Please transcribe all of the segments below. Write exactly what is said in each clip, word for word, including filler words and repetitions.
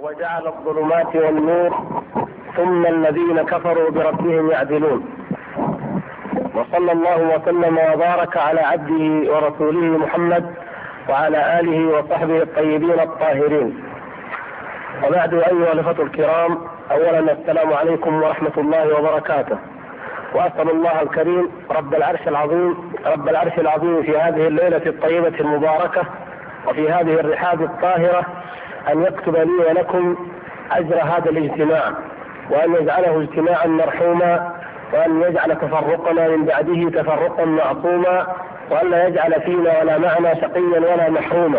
وجعل الظلمات والنور ثم الذين كفروا بربهم يعدلون. وصلى الله وسلم وبارك على عبده ورسوله محمد وعلى آله وصحبه الطيبين الطاهرين. وبعد أيها الإخوة الكرام، أولا السلام عليكم ورحمة الله وبركاته. وأسأل الله الكريم رب العرش العظيم رب العرش العظيم في هذه الليلة الطيبة المباركة وفي هذه الرحاب الطاهرة أن يكتب لي ولكم أجر هذا الاجتماع، وأن يجعله اجتماعا مرحوما، وأن يجعل تفرقنا من بعده تفرقا معصوما، وأن لا يجعل فينا ولا معنا شقيا ولا محروما.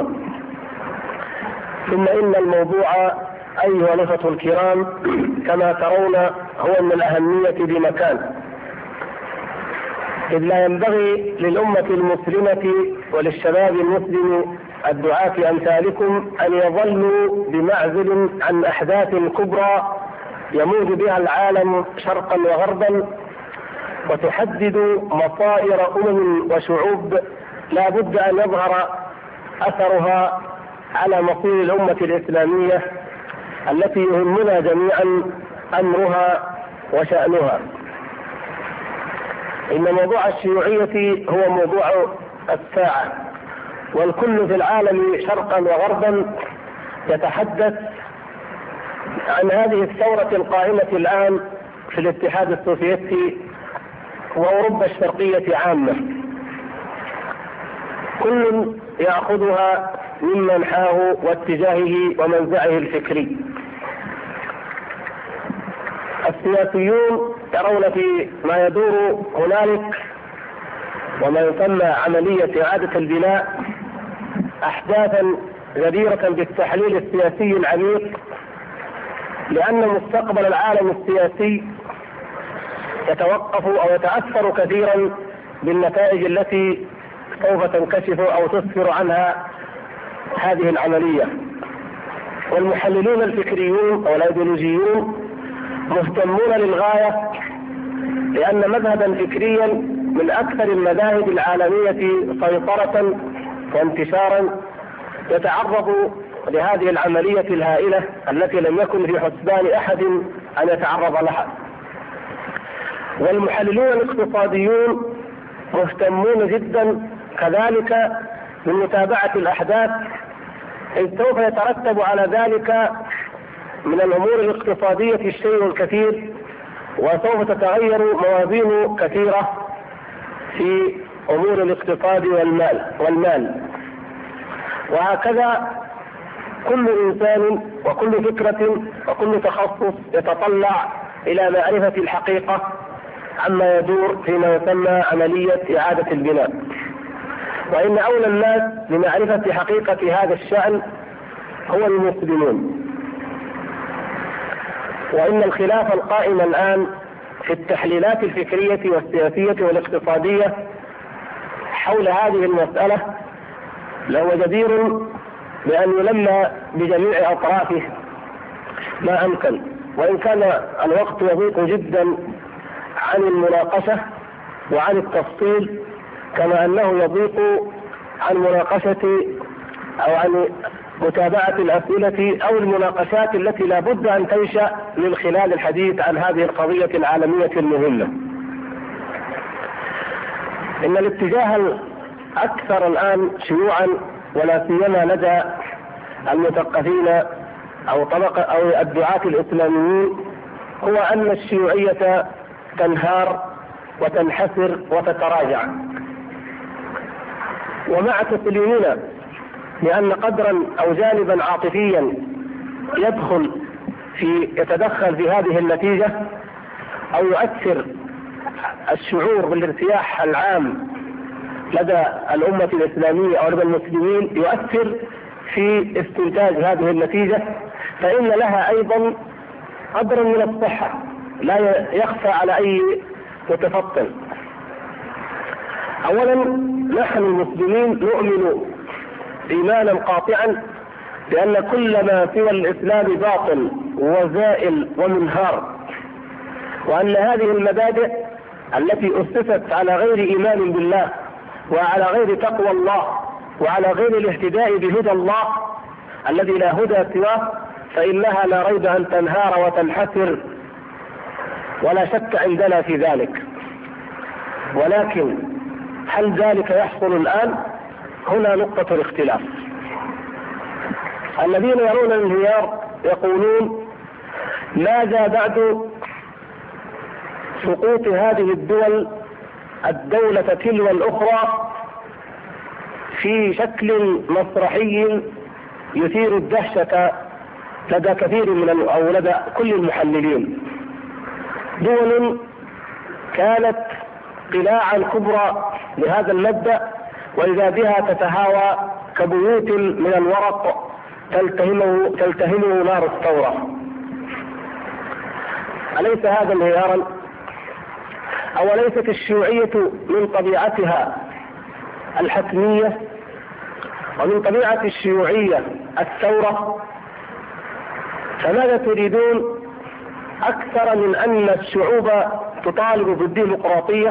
ثم إن الموضوع أيها الأخوة الكرام كما ترون هو من الأهمية بمكان، إذ لا ينبغي للأمة المسلمة وللشباب المسلم الدعاة أمثالكم أن يظلوا بمعزل عن أحداث كبرى يموج بها العالم شرقا وغربا، وتحدد مصائر أمم وشعوب لا بد أن يظهر أثرها على مصير الأمة الإسلامية التي يهمنا جميعا أمرها وشأنها. إن موضوع الشيوعية هو موضوع الساعة، والكل في العالم شرقا وغربا يتحدث عن هذه الثورة القائمة الآن في الاتحاد السوفيتي وأوروبا الشرقية عامة، كل يأخذها من منحاه واتجاهه ومنزعه الفكري. السياسيون يرون في ما يدور هنالك وما يسمى عملية إعادة البناء أحداثا جديرة بالتحليل السياسي العميق، لأن مستقبل العالم السياسي يتوقف أو يتأثر كثيرا بالنتائج التي سوف تنكشف أو تسفر عنها هذه العملية. والمحللون الفكريون أو الأيديولوجيون مهتمون للغاية، لأن مذهبا فكريا من أكثر المذاهب العالمية سيطرة وانتشارا يتعرض لهذه العملية الهائلة التي لم يكن في حسبان أحد أن يتعرض لها. والمحللون الاقتصاديون مهتمون جدا كذلك من متابعة الأحداث، إذ سوف يترتب على ذلك من الأمور الاقتصادية الشيء الكثير، وسوف تتغير موازين كثيرة في أمور الاقتصاد والمال والمال وهكذا كل إنسان وكل فكرة وكل تخصص يتطلع إلى معرفة الحقيقة عما يدور فيما يسمى عملية إعادة البناء. وإن أولى الناس بمعرفة حقيقة هذا الشأن هو المسلمون. وإن الخلاف القائم الآن في التحليلات الفكرية والسياسية والاقتصادية حول هذه المسألة لهو جدير بأن يلم بجميع أطرافه ما أمكن، وإن كان الوقت يضيق جدا عن المناقشة وعن التفصيل، كما أنه يضيق عن مناقشة أو عن متابعة الأسئلة أو المناقشات التي لا بد أن تنشأ من خلال الحديث عن هذه القضية العالمية المهمة. إن الاتجاه الأكثر الآن شيوعا ولا سيما لدى المثقفين أو طبقة أو الدعاة الإسلاميين هو أن الشيوعية تنهار وتنحسر وتتراجع، ومع تسليمنا لأن قدرا أو جانبا عاطفيا يدخل في يتدخل في هذه النتيجة أو يؤثر الشعور بالارتياح العام لدى الأمة الإسلامية أو لدى المسلمين، يؤثر في استنتاج هذه النتيجة، فإن لها أيضا قدرا من الصحة لا يخفى على أي متفطن. أولا، نحن المسلمين نؤمن إيمانا قاطعا بأن كل ما سوى الإسلام باطل وزائل ومنهار، وأن هذه المبادئ التي أسست على غير إيمان بالله وعلى غير تقوى الله وعلى غير الاهتداء بهدى الله الذي لا هدى سواه، فإنها لا ريب أن تنهار وتنحسر، ولا شك عندنا في ذلك. ولكن هل ذلك يحصل الآن؟ هنا نقطة الاختلاف. الذين يرون الانهيار يقولون: ماذا بعد سقوط هذه الدول الدولة تلو الأخرى في شكل مسرحي يثير الدهشة لدى كثير من أو لدى كل المحللين. دول كانت قلاعا كبرى لهذا المبدأ، وإذا بها تتهاوى كبيوت من الورق تلتهمه, تلتهمه نار الثورة. أليس هذا انهيارا؟ أوليست الشيوعية من طبيعتها الحتمية، ومن طبيعة الشيوعية الثورة؟ فماذا تريدون أكثر من أن الشعوب تطالب بالديمقراطية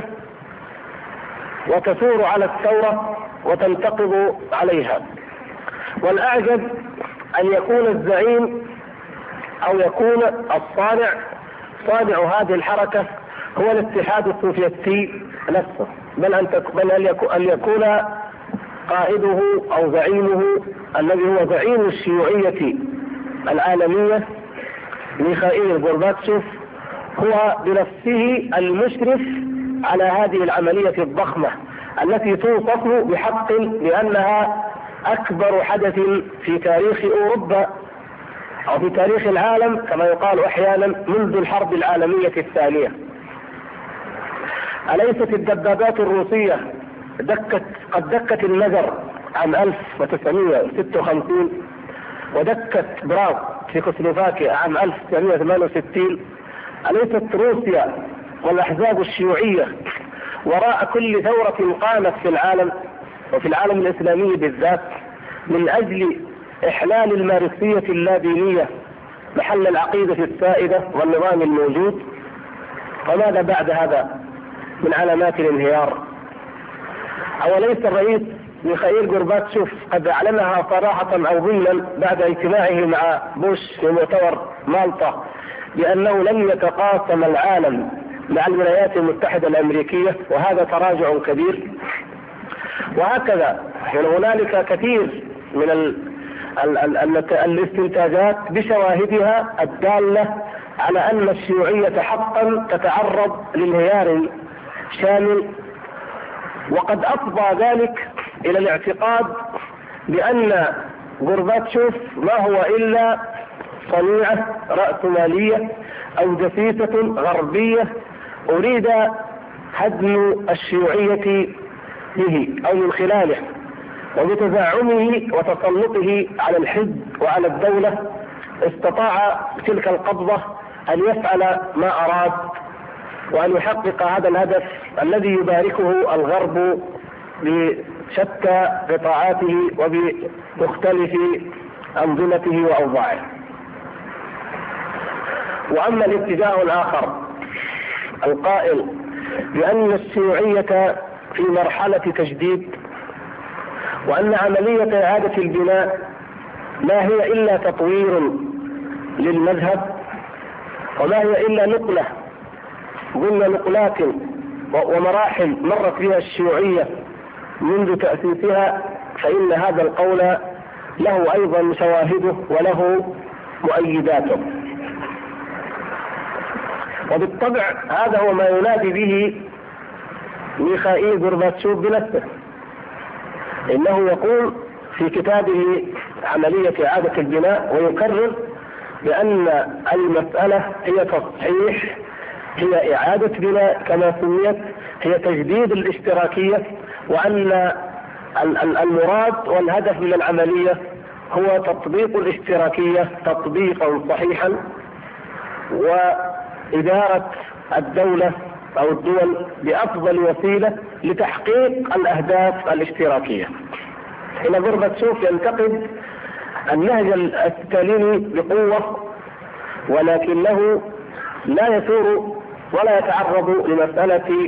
وتثور على الثورة وتنتقض عليها؟ والأعجب أن يكون الزعيم أو يكون الصانع صانع هذه الحركة هو الاتحاد السوفيتي نفسه، بل أن بل أن يكون قائده أو زعيمه الذي هو زعيم الشيوعية العالمية ميخائيل غورباتشوف هو بنفسه المشرف على هذه العملية الضخمة التي توصف بحق بأنها أكبر حدث في تاريخ أوروبا أو في تاريخ العالم كما يقال أحيانا منذ الحرب العالمية الثانية. أليست الدبابات الروسية دكت قد دكت النذر عام ألف وتسعمائة وستة وخمسين، ودكت براغ في تشيكوسلوفاكيا عام ألف وتسعمائة وثمانية وستين؟ أليست روسيا والأحزاب الشيوعية وراء كل ثورة قامت في العالم وفي العالم الإسلامي بالذات من أجل إحلال الماركسية اللادينية محل العقيدة السائدة والنظام الموجود؟ وماذا بعد هذا من علامات الانهيار؟ أوليس الرئيس ميخائيل غورباتشوف قد أعلنها صراحة أو ضمنا بعد اجتماعه مع بوش في مؤتمر مالطا بأنه لن يتقاسم العالم مع الولايات المتحدة الأمريكية، وهذا تراجع كبير؟ وهكذا هنالك كثير من ال ال ال ال الاستنتاجات بشواهدها الدالة على أن الشيوعية حقا تتعرض لانهيار شامل، وقد أفضى ذلك إلى الاعتقاد بأن غورباتشوف ما هو إلا صنيعة رأسمالية أو دسيسة غربية أريد هدم الشيوعية به أو من خلاله، وبتزعمه وتسلطه على الحزب وعلى الدولة استطاع تلك القبضة أن يفعل ما أراد وأن يحقق هذا الهدف الذي يباركه الغرب بشتى قطاعاته وبمختلف أنظمته وأوضاعه. وأما الاتجاه الآخر القائل بأن الشيوعية في مرحلة تجديد، وأن عملية إعادة البناء ما هي إلا تطوير للمذهب، وما هي إلا نقلة ضمن نقلات ومراحل مرت بها الشيوعية منذ تأسيسها، فإن هذا القول له أيضا شواهده وله مؤيداته. وبالطبع هذا هو ما ينادي به ميخائيل غورباتشوف بنفسه، إنه يقول في كتابه عملية إعادة البناء ويكرر بأن المسألة هي تصحيح، هي إعادة بناء كما سميت، هي تجديد الاشتراكية، وأن المراد والهدف من العملية هو تطبيق الاشتراكية تطبيقا صحيحا، وإدارة الدولة أو الدول بأفضل وسيلة لتحقيق الأهداف الاشتراكية. هنا غورباتشوف ينتقد النهج الستاليني بقوة، ولكنه لا يثور ولا يتعرض لمسألة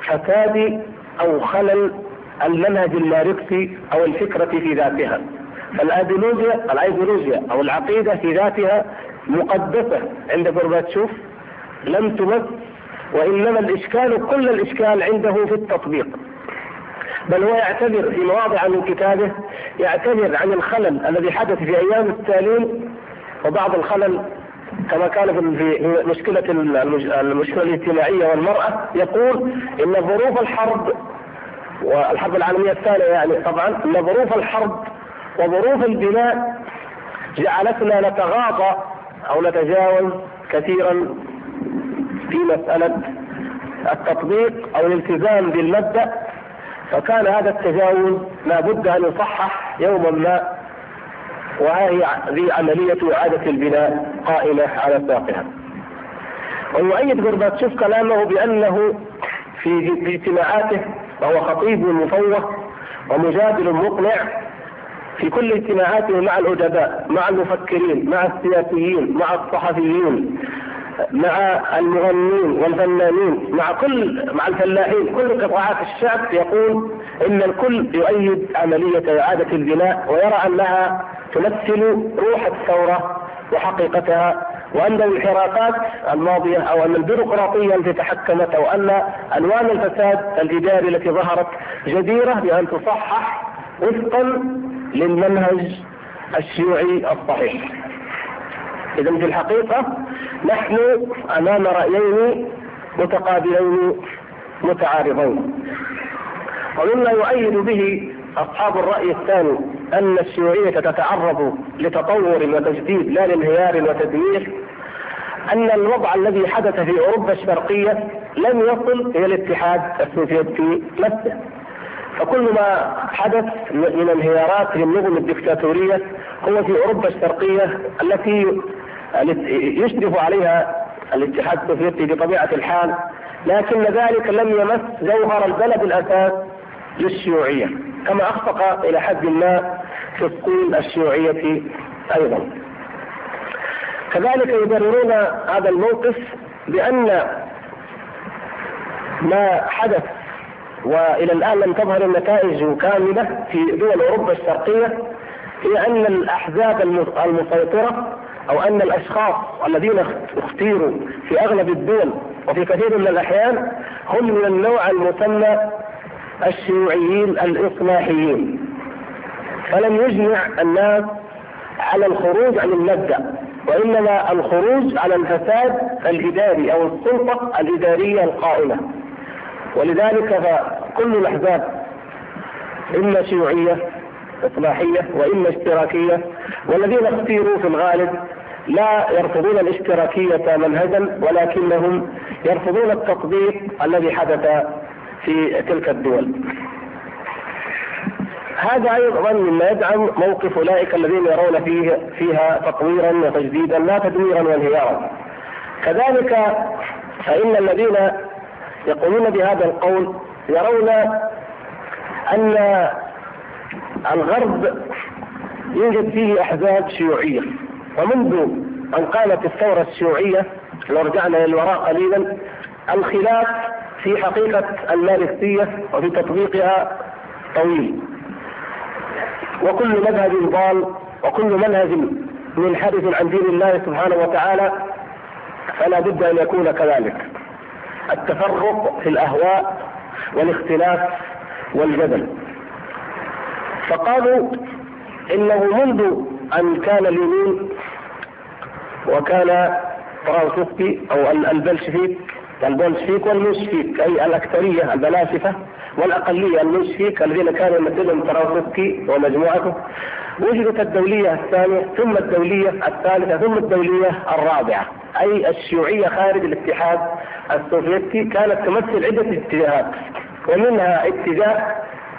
فساد أو خلل المنهج الماركسي أو الفكرة في ذاتها، فالايديولوجيا الايديولوجيا او العقيدة في ذاتها مقدسة عند غورباتشوف لم تمس، وانما الاشكال كل الاشكال عنده في التطبيق. بل هو يعتذر في مواضع من كتابه، يعتذر عن الخلل الذي حدث في ايام ستالين، وبعض الخلل كما كان في مشكلة المشكلة الاجتماعية والمرأة، يقول إن ظروف الحرب والحرب العالمية الثانية يعني طبعا إن ظروف الحرب وظروف البناء جعلتنا نتغاضى أو نتجاوز كثيرا في مسألة التطبيق أو الالتزام بالمبدأ، فكان هذا التجاوز لا بد أن يصحح يوما ما، وهذه ذي عملية إعادة البناء قائمة على ساقها. ويؤيد غورباتشوف كلامه بأنه في اجتماعاته وهو خطيب مفوه ومجادل مقنع في كل اجتماعاته مع الأدباء، مع المفكرين، مع السياسيين، مع الصحفيين، مع المغنين والفنانين، مع كل مع الفلاحين، كل قطاعات الشعب، يقول إن الكل يؤيد عملية إعادة البناء ويرى أنها تمثل روح الثورة وحقيقتها، وأن الانحرافات الماضية أو أن البيروقراطية التي تحكمت أو أن ألوان الفساد الإداري التي ظهرت جديرة بأن تصحح وفقا للمنهج الشيوعي الصحيح. إذن في الحقيقة نحن أمام رأيين متقابلين متعارضين. ومما يؤيد به أصحاب الرأي الثاني أن الشيوعية تتعرض لتطور وتجديد لا لانهيار وتدمير، أن الوضع الذي حدث في أوروبا الشرقية لم يصل إلى الاتحاد السوفيتي نفسه، فكل ما حدث من انهيارات للنظم الدكتاتورية هو في أوروبا الشرقية التي يشرف عليها الاتحاد السوفيتي بطبيعة الحال، لكن ذلك لم يمس جوهر البلد الأساس للشيوعية، كما أخطأ إلى حد ما في الصين الشيوعية أيضا. كذلك يبررون هذا الموقف بأن ما حدث وإلى الآن لم تظهر النتائج كاملة في دول أوروبا الشرقية هي أن الأحزاب المسيطرة أو أن الأشخاص الذين اختيروا في أغلب الدول وفي كثير من الأحيان هم من النوع المسمى الشيوعيين الإصلاحيين، فلم يجمع الناس على الخروج عن المبدأ، وإنما الخروج على الفساد الإداري أو السلطة الإدارية القائمة. ولذلك فكل الأحزاب إما شيوعية إصلاحية وإما اشتراكية، والذين اختيروا في الغالب لا يرفضون الاشتراكية منهجا، ولكنهم يرفضون التطبيق الذي حدث في تلك الدول. هذا أيضا مما يدعم موقف أولئك الذين يرون فيه فيها تطويرا وتجديدا لا تدميرا وانهيارا. كذلك فإن الذين يقولون بهذا القول يرون أن الغرب يوجد فيه أحزاب شيوعية، ومنذ أن قامت الثورة الشيوعية لو رجعنا للوراء قليلا الخلاف في حقيقة الماركسية وفي تطبيقها طويل، وكل مذهب ضال وكل منهج منحرف عن دين الله سبحانه وتعالى فلا بد أن يكون كذلك. التفرق في الأهواء والاختلاف والجدل. فقالوا إنه منذ أن كان اليمين وكان تراوسكي أو البلشفيك البولشفيك والمنشفيك أي الأكثرية البلاشفة والأقلية المنشفيك الذين كانوا يمثلهم تراوسكي ومجموعته، وجدت الدولية الثانية ثم الدولية الثالثة ثم الدولية الرابعة، أي الشيوعية خارج الاتحاد السوفيتي كانت تمثل عدة اتجاهات، ومنها اتجاه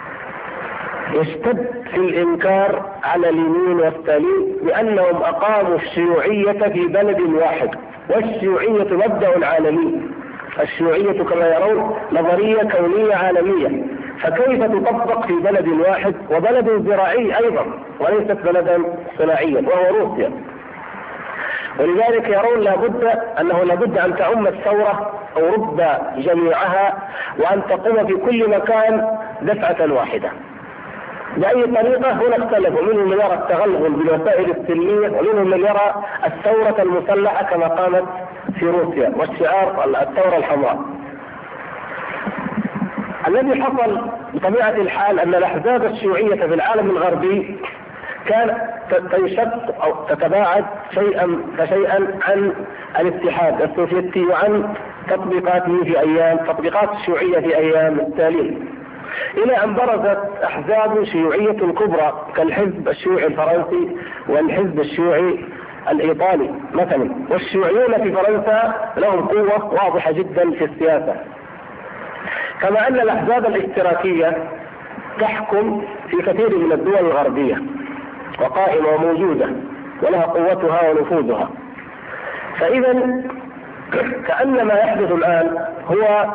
يشتد في الإنكار على اليمين والستالين بأنهم أقاموا الشيوعية في بلد واحد، والشيوعية مبدأ عالمي، الشيوعية كما يرون نظرية كونية عالمية، فكيف تطبق في بلد واحد وبلد زراعي أيضا وليست بلدا صناعيا وهو روسيا. ولذلك يرون لابد أنه لابد أن تعم الثورة أوروبا جميعها وأن تقوم في كل مكان دفعة واحدة. بأي طريقة؟ هنا اختلفوا، منهم من يرى التغلغل بالوسائل السلمية، ومنهم من يرى الثورة المسلحة كما قامت في روسيا والشعار الثورة الحمراء. الذي حصل بطبيعة الحال أن الأحزاب الشيوعية في العالم الغربي كانت تنشق أو تتباعد شيئا فشيئا عن الاتحاد السوفيتي وعن تطبيقاته في أيام تطبيقات الشيوعية في أيام التالية، إلى أن برزت أحزاب شيوعية كبرى كالحزب الشيوعي الفرنسي والحزب الشيوعي الإيطالي مثلا. والشيوعيون في فرنسا لهم قوة واضحة جدا في السياسة، كما أن الأحزاب الاشتراكية تحكم في كثير من الدول الغربية وقائمة وموجودة ولها قوتها ونفوذها. فإذا كأن ما يحدث الآن هو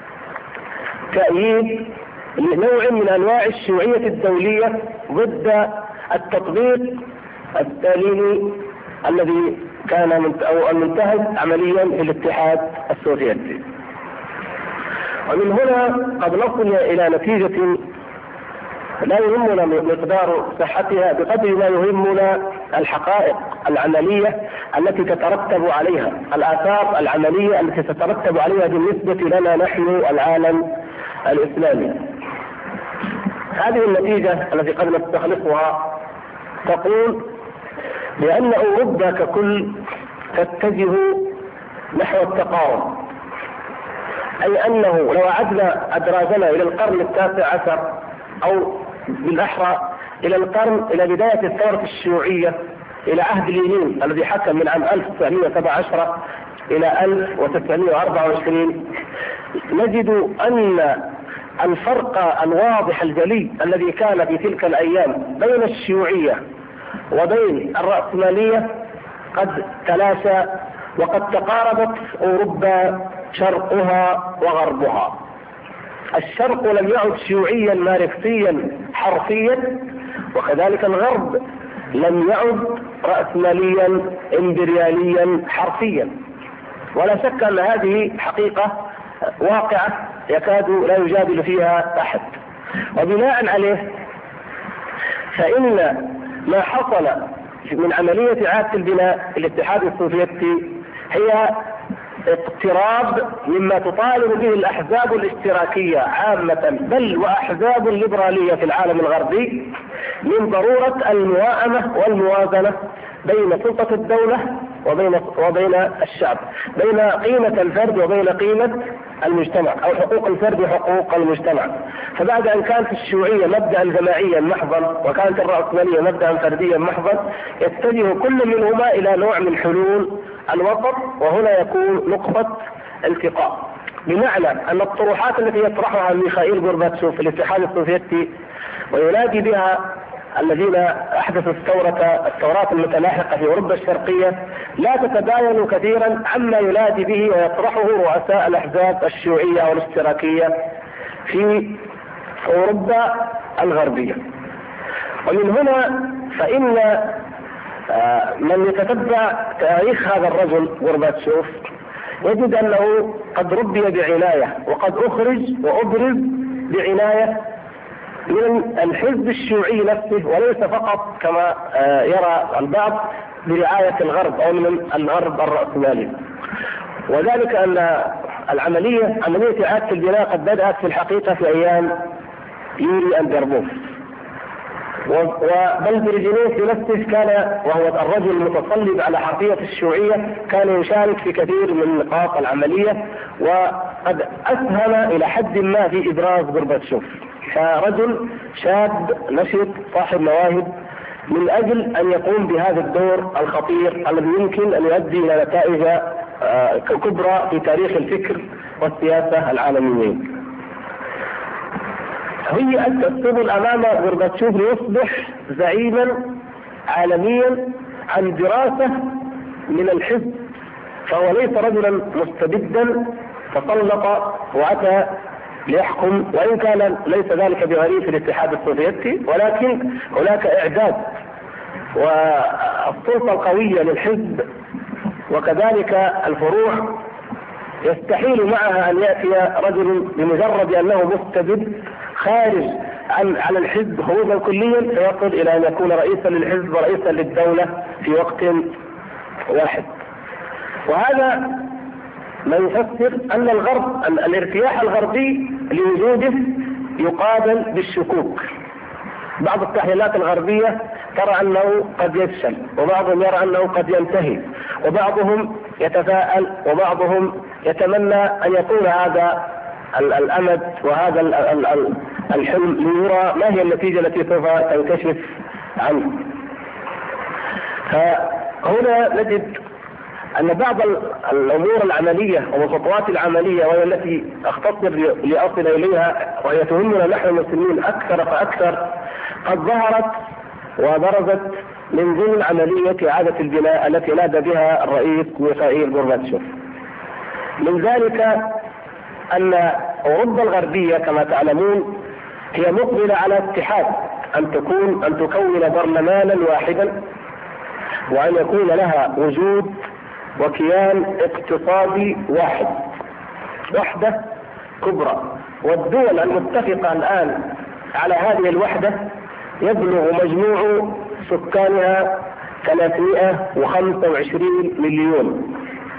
تأييد لنوع من أنواع الشيوعية الدولية ضد التطبيق الستاليني الذي كان أو المنتهج عمليا في الاتحاد السوفيتي. ومن هنا قد نصل إلى نتيجة لا يهمنا مقدار صحتها بقدر ما يهمنا الحقائق العملية التي تترتب عليها، الآثار العملية التي تترتب عليها بالنسبة لنا نحن العالم الإسلامي. هذه النتيجة التي قد نستخلصها تقول بأن أوروبا ككل تتجه نحو التقارب، أي أنه لو عدنا أدراجنا إلى القرن التاسع عشر أو بالأحرى إلى القرن إلى بداية الثورة الشيوعية إلى عهد لينين الذي حكم من عام ألف وتسعمائة وسبعة عشر إلى ألف وتسعمائة وأربعة وعشرين، نجد أن الفرق الواضح الجلي الذي كان في تلك الأيام بين الشيوعية وبين الرأسمالية قد تلاشى، وقد تقاربت أوروبا شرقها وغربها. الشرق لم يعد شيوعيا ماركسيا حرفيا، وكذلك الغرب لم يعد رأسماليا امبرياليا حرفيا. ولا شك أن هذه حقيقة واقعة يكاد لا يجادل فيها أحد. وبناء عليه فإن ما حصل من عملية إعادة البناء في الاتحاد السوفيتي هي اقتراب مما تطالب به الأحزاب الاشتراكية عامة بل وأحزاب الليبرالية في العالم الغربي من ضرورة المواءمة والموازنة بين سلطة الدولة وبين وبين الشعب، بين قيمة الفرد وبين قيمة المجتمع، أو حقوق الفرد وحقوق المجتمع. فبعد أن كانت الشيوعية مبدأ جماعيا محضا وكانت الرأسمالية مبدأ فرديا محضا، يتجه كل منهما إلى نوع من حلول الوسط، وهنا يكون نقطة التقاء. بمعنى أن الطروحات التي يطرحها ميخائيل غورباتشوف في الاتحاد السوفيتي وينادي بها الذين أحدثوا الثورة الثورات المتلاحقة في أوروبا الشرقية لا تتباين كثيرا عما ينادي به ويطرحه رؤساء الأحزاب الشيوعية والاشتراكية في أوروبا الغربية. ومن هنا فإن من يتتبع تاريخ هذا الرجل غورباتشوف يجد أنه قد ربي بعناية وقد أخرج وأبرز بعناية من الحزب الشيوعي نفسه، وليس فقط كما يرى البعض برعاية الغرب أو من الغرب الرأسمالي. وذلك أن العملية عملية إعادة البناء قد بدأت في الحقيقة في أيام يوري أندروبوف، وبل برجينيف نفسه كان وهو الرجل المتصلب على حرفية الشيوعية كان يشارك في كثير من نقاط العملية، وقد أسهم إلى حد ما في إبراز غورباتشوف كرجل شاب نشط صاحب مواهب من أجل أن يقوم بهذا الدور الخطير الذي يمكن أن يؤدي إلى نتائج كبرى في تاريخ الفكر والسياسة العالميين. هي السبل أمام غورباتشوف ليصبح زعيما عالميا عن دراسة من الحزب، فهو ليس رجلا مستبدا تسلط وأتى ليحكم، وإن كان ليس ذلك بغريب في الاتحاد السوفيتي، ولكن هناك إعداد والسلطة القوية للحزب وكذلك الفروع يستحيل معها أن يأتي رجل بمجرد أنه مستبد خارج عن على الحزب خروجا كليا سيصل الى ان يكون رئيسا للحزب ورئيسا للدولة في وقت واحد. وهذا ما يفسر ان الغرب الارتياح الغربي لوجوده يقابل بالشكوك. بعض التحليلات الغربية ترى انه قد يفشل، وبعضهم يرى انه قد ينتهي، وبعضهم يتفاءل، وبعضهم يتمنى ان يكون هذا الامد وهذا الحلم ليرى ما هي النتيجة التي سوف تنكشف عنه. فهنا نجد ان بعض الامور العملية والخطوات العملية وهي التي اختصر لاصل اليها وهي تهمنا نحن المسلمين اكثر فاكثر قد ظهرت وبرزت من ضمن عملية إعادة البناء التي نادى بها الرئيس ميخائيل غورباتشوف. من ذلك أن أوروبا الغربية كما تعلمون هي مقبلة على اتحاد، أن تكون أن تكون برلمانا واحدا، وأن يكون لها وجود وكيان اقتصادي واحد، وحدة كبرى. والدول المتفقة الآن على هذه الوحدة يبلغ مجموع سكانها ثلاثمائة وخمسة وعشرين مليون،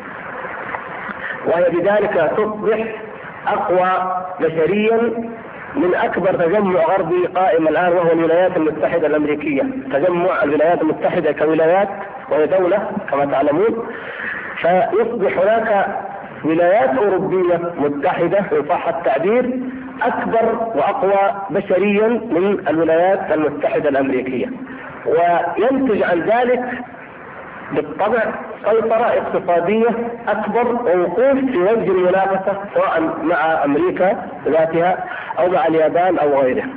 وهي بذلك تصبح أقوى بشريا من أكبر تجمع غربي قائم الآن وهو الولايات المتحدة الأمريكية. تجمع الولايات المتحدة كولايات وهي دولة كما تعلمون، فيصبح هناك ولايات أوروبية متحدة إن صح التعبير أكبر وأقوى بشريا من الولايات المتحدة الأمريكية، وينتج عن ذلك بالطبع سيطرة اقتصادية أكبر ووقوف في وجه المنافسة سواء مع أمريكا ذاتها أو مع اليابان أو غيرها.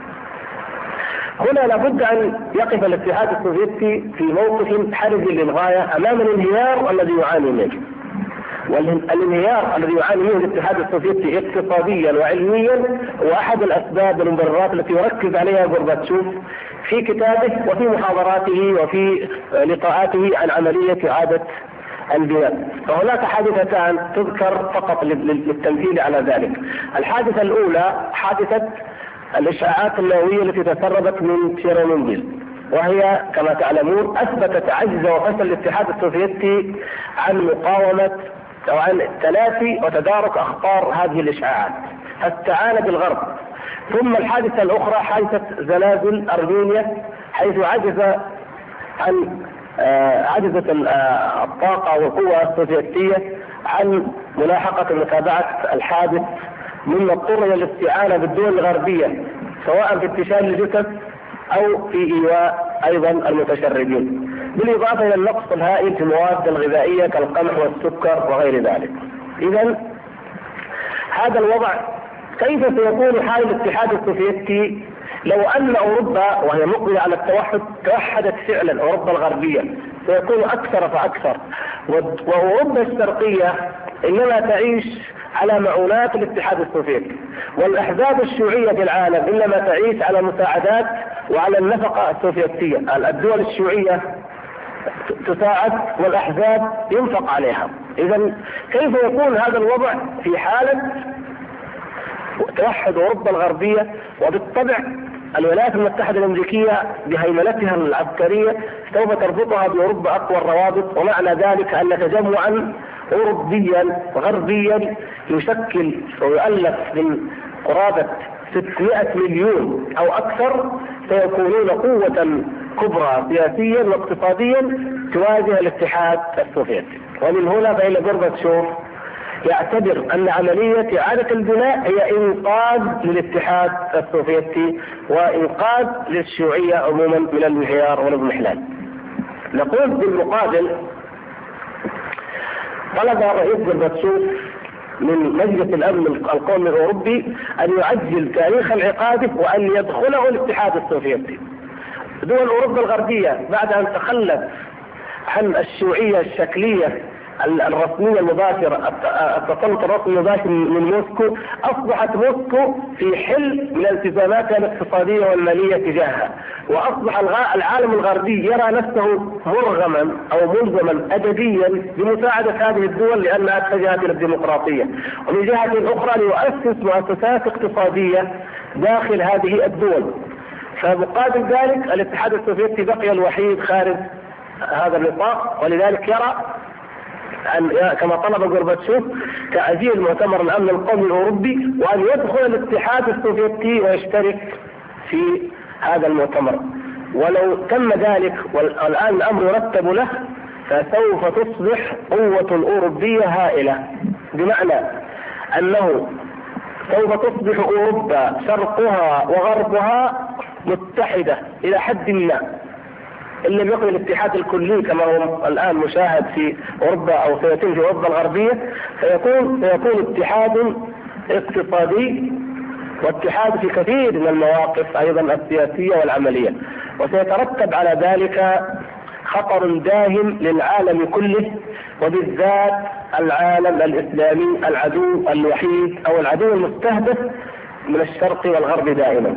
هنا لابد أن يقف الاتحاد السوفيتي في موقف حرج للغاية أمام الانهيار الذي يعاني منه. والانهيار الذي يعاني منه الاتحاد السوفيتي اقتصاديا وعلميا هو احد الاسباب والمبررات التي يركز عليها غورباتشوف في كتابه وفي محاضراته وفي لقاءاته عن عملية إعادة البناء. فهناك حادثتان تذكر فقط للتمثيل على ذلك. الحادثة الأولى حادثة الإشعاعات النووية التي تسربت من تشيرنوبل، وهي كما تعلمون أثبتت عجز وفشل الاتحاد السوفيتي عن مقاومة أو عن تلافي وتدارك أخطار هذه الإشعاعات، فاستعان بالغرب. ثم الحادثة الأخرى حادثة زلازل أرمينيا، حيث عجز عن آه عجزت الطاقة والقوة السوفيتية عن ملاحقة متابعة الحادث، مما اضطر إلى الاستعانة بالدول الغربية سواء في انتشال الجثث أو في إيواء أيضا المتشردين، بالإضافة إلى النقص الهائل في المواد الغذائية كالقمح والسكر وغير ذلك. إذا هذا الوضع كيف سيكون حال الاتحاد السوفيتي لو أن أوروبا وهي مقبلة على التوحد توحدت فعلا؟ أوروبا الغربية سيكون أكثر فأكثر، وأوروبا الشرقية إنما تعيش على معونات الاتحاد السوفيتي، والأحزاب الشيوعية في العالم إنما تعيش على مساعدات وعلى النفقة السوفيتية. الدول الشيوعية تساعد والأحزاب ينفق عليها. إذا كيف يكون هذا الوضع في حالة توحد أوروبا الغربية؟ وبالطبع الولايات المتحدة الأمريكية بهيمنتها العسكرية سوف تربطها بأوروبا أقوى الروابط، ومعنى ذلك أن تجمعا أوروبيا غربيا يشكل ويؤلف من قرابة ستمائة مليون أو أكثر سيكونون قوة كبرى سياسيا واقتصاديا تواجه الاتحاد السوفيتي. ومن هنا فإن غورباتشوف يعتبر أن عملية إعادة البناء هي إنقاذ للاتحاد السوفيتي وإنقاذ للشيوعية عموما من الانهيار والاضمحلال. نقول بالمقابل طلب الرئيس غورباتشوف من مجلس الأمن القومي الأوروبي أن يعجل تاريخ العقاد وأن يدخله الاتحاد السوفيتي. دول أوروبا الغربية بعد أن تخلت عن الشيوعية الشكلية الرسمية المباشرة، التسلط الرسمي المباشر من موسكو، أصبحت موسكو في حل من التزاماتها الاقتصادية والمالية تجاهها، وأصبح العالم الغربي يرى نفسه مرغما أو ملزما أدبيا بمساعدة هذه الدول لأنها اتجهت إلى الديمقراطية، ومن جهة أخرى ليؤسس مؤسسات اقتصادية داخل هذه الدول. فمقابل ذلك الاتحاد السوفيتي بقي الوحيد خارج هذا النطاق، ولذلك يرى أن كما طلب غورباتشوف تأجيل مؤتمر الأمن القومي الأوروبي وأن يدخل الاتحاد السوفيتي ويشترك في هذا المؤتمر. ولو تم ذلك والآن الأمر يرتب له فسوف تصبح قوة أوروبية هائلة، بمعنى أنه سوف تصبح أوروبا شرقها وغربها متحدة إلى حد ما، إن لم يكن الاتحاد الكلي كما هو الآن مشاهد في أوروبا أو سيتم في أوروبا الغربية، سيكون سيكون اتحاد اقتصادي واتحاد في كثير من المواقف أيضا السياسية والعملية، وسيترتب على ذلك خطر داهم للعالم كله، وبالذات العالم الإسلامي العدو الوحيد أو العدو المستهدف من الشرق والغرب دائما.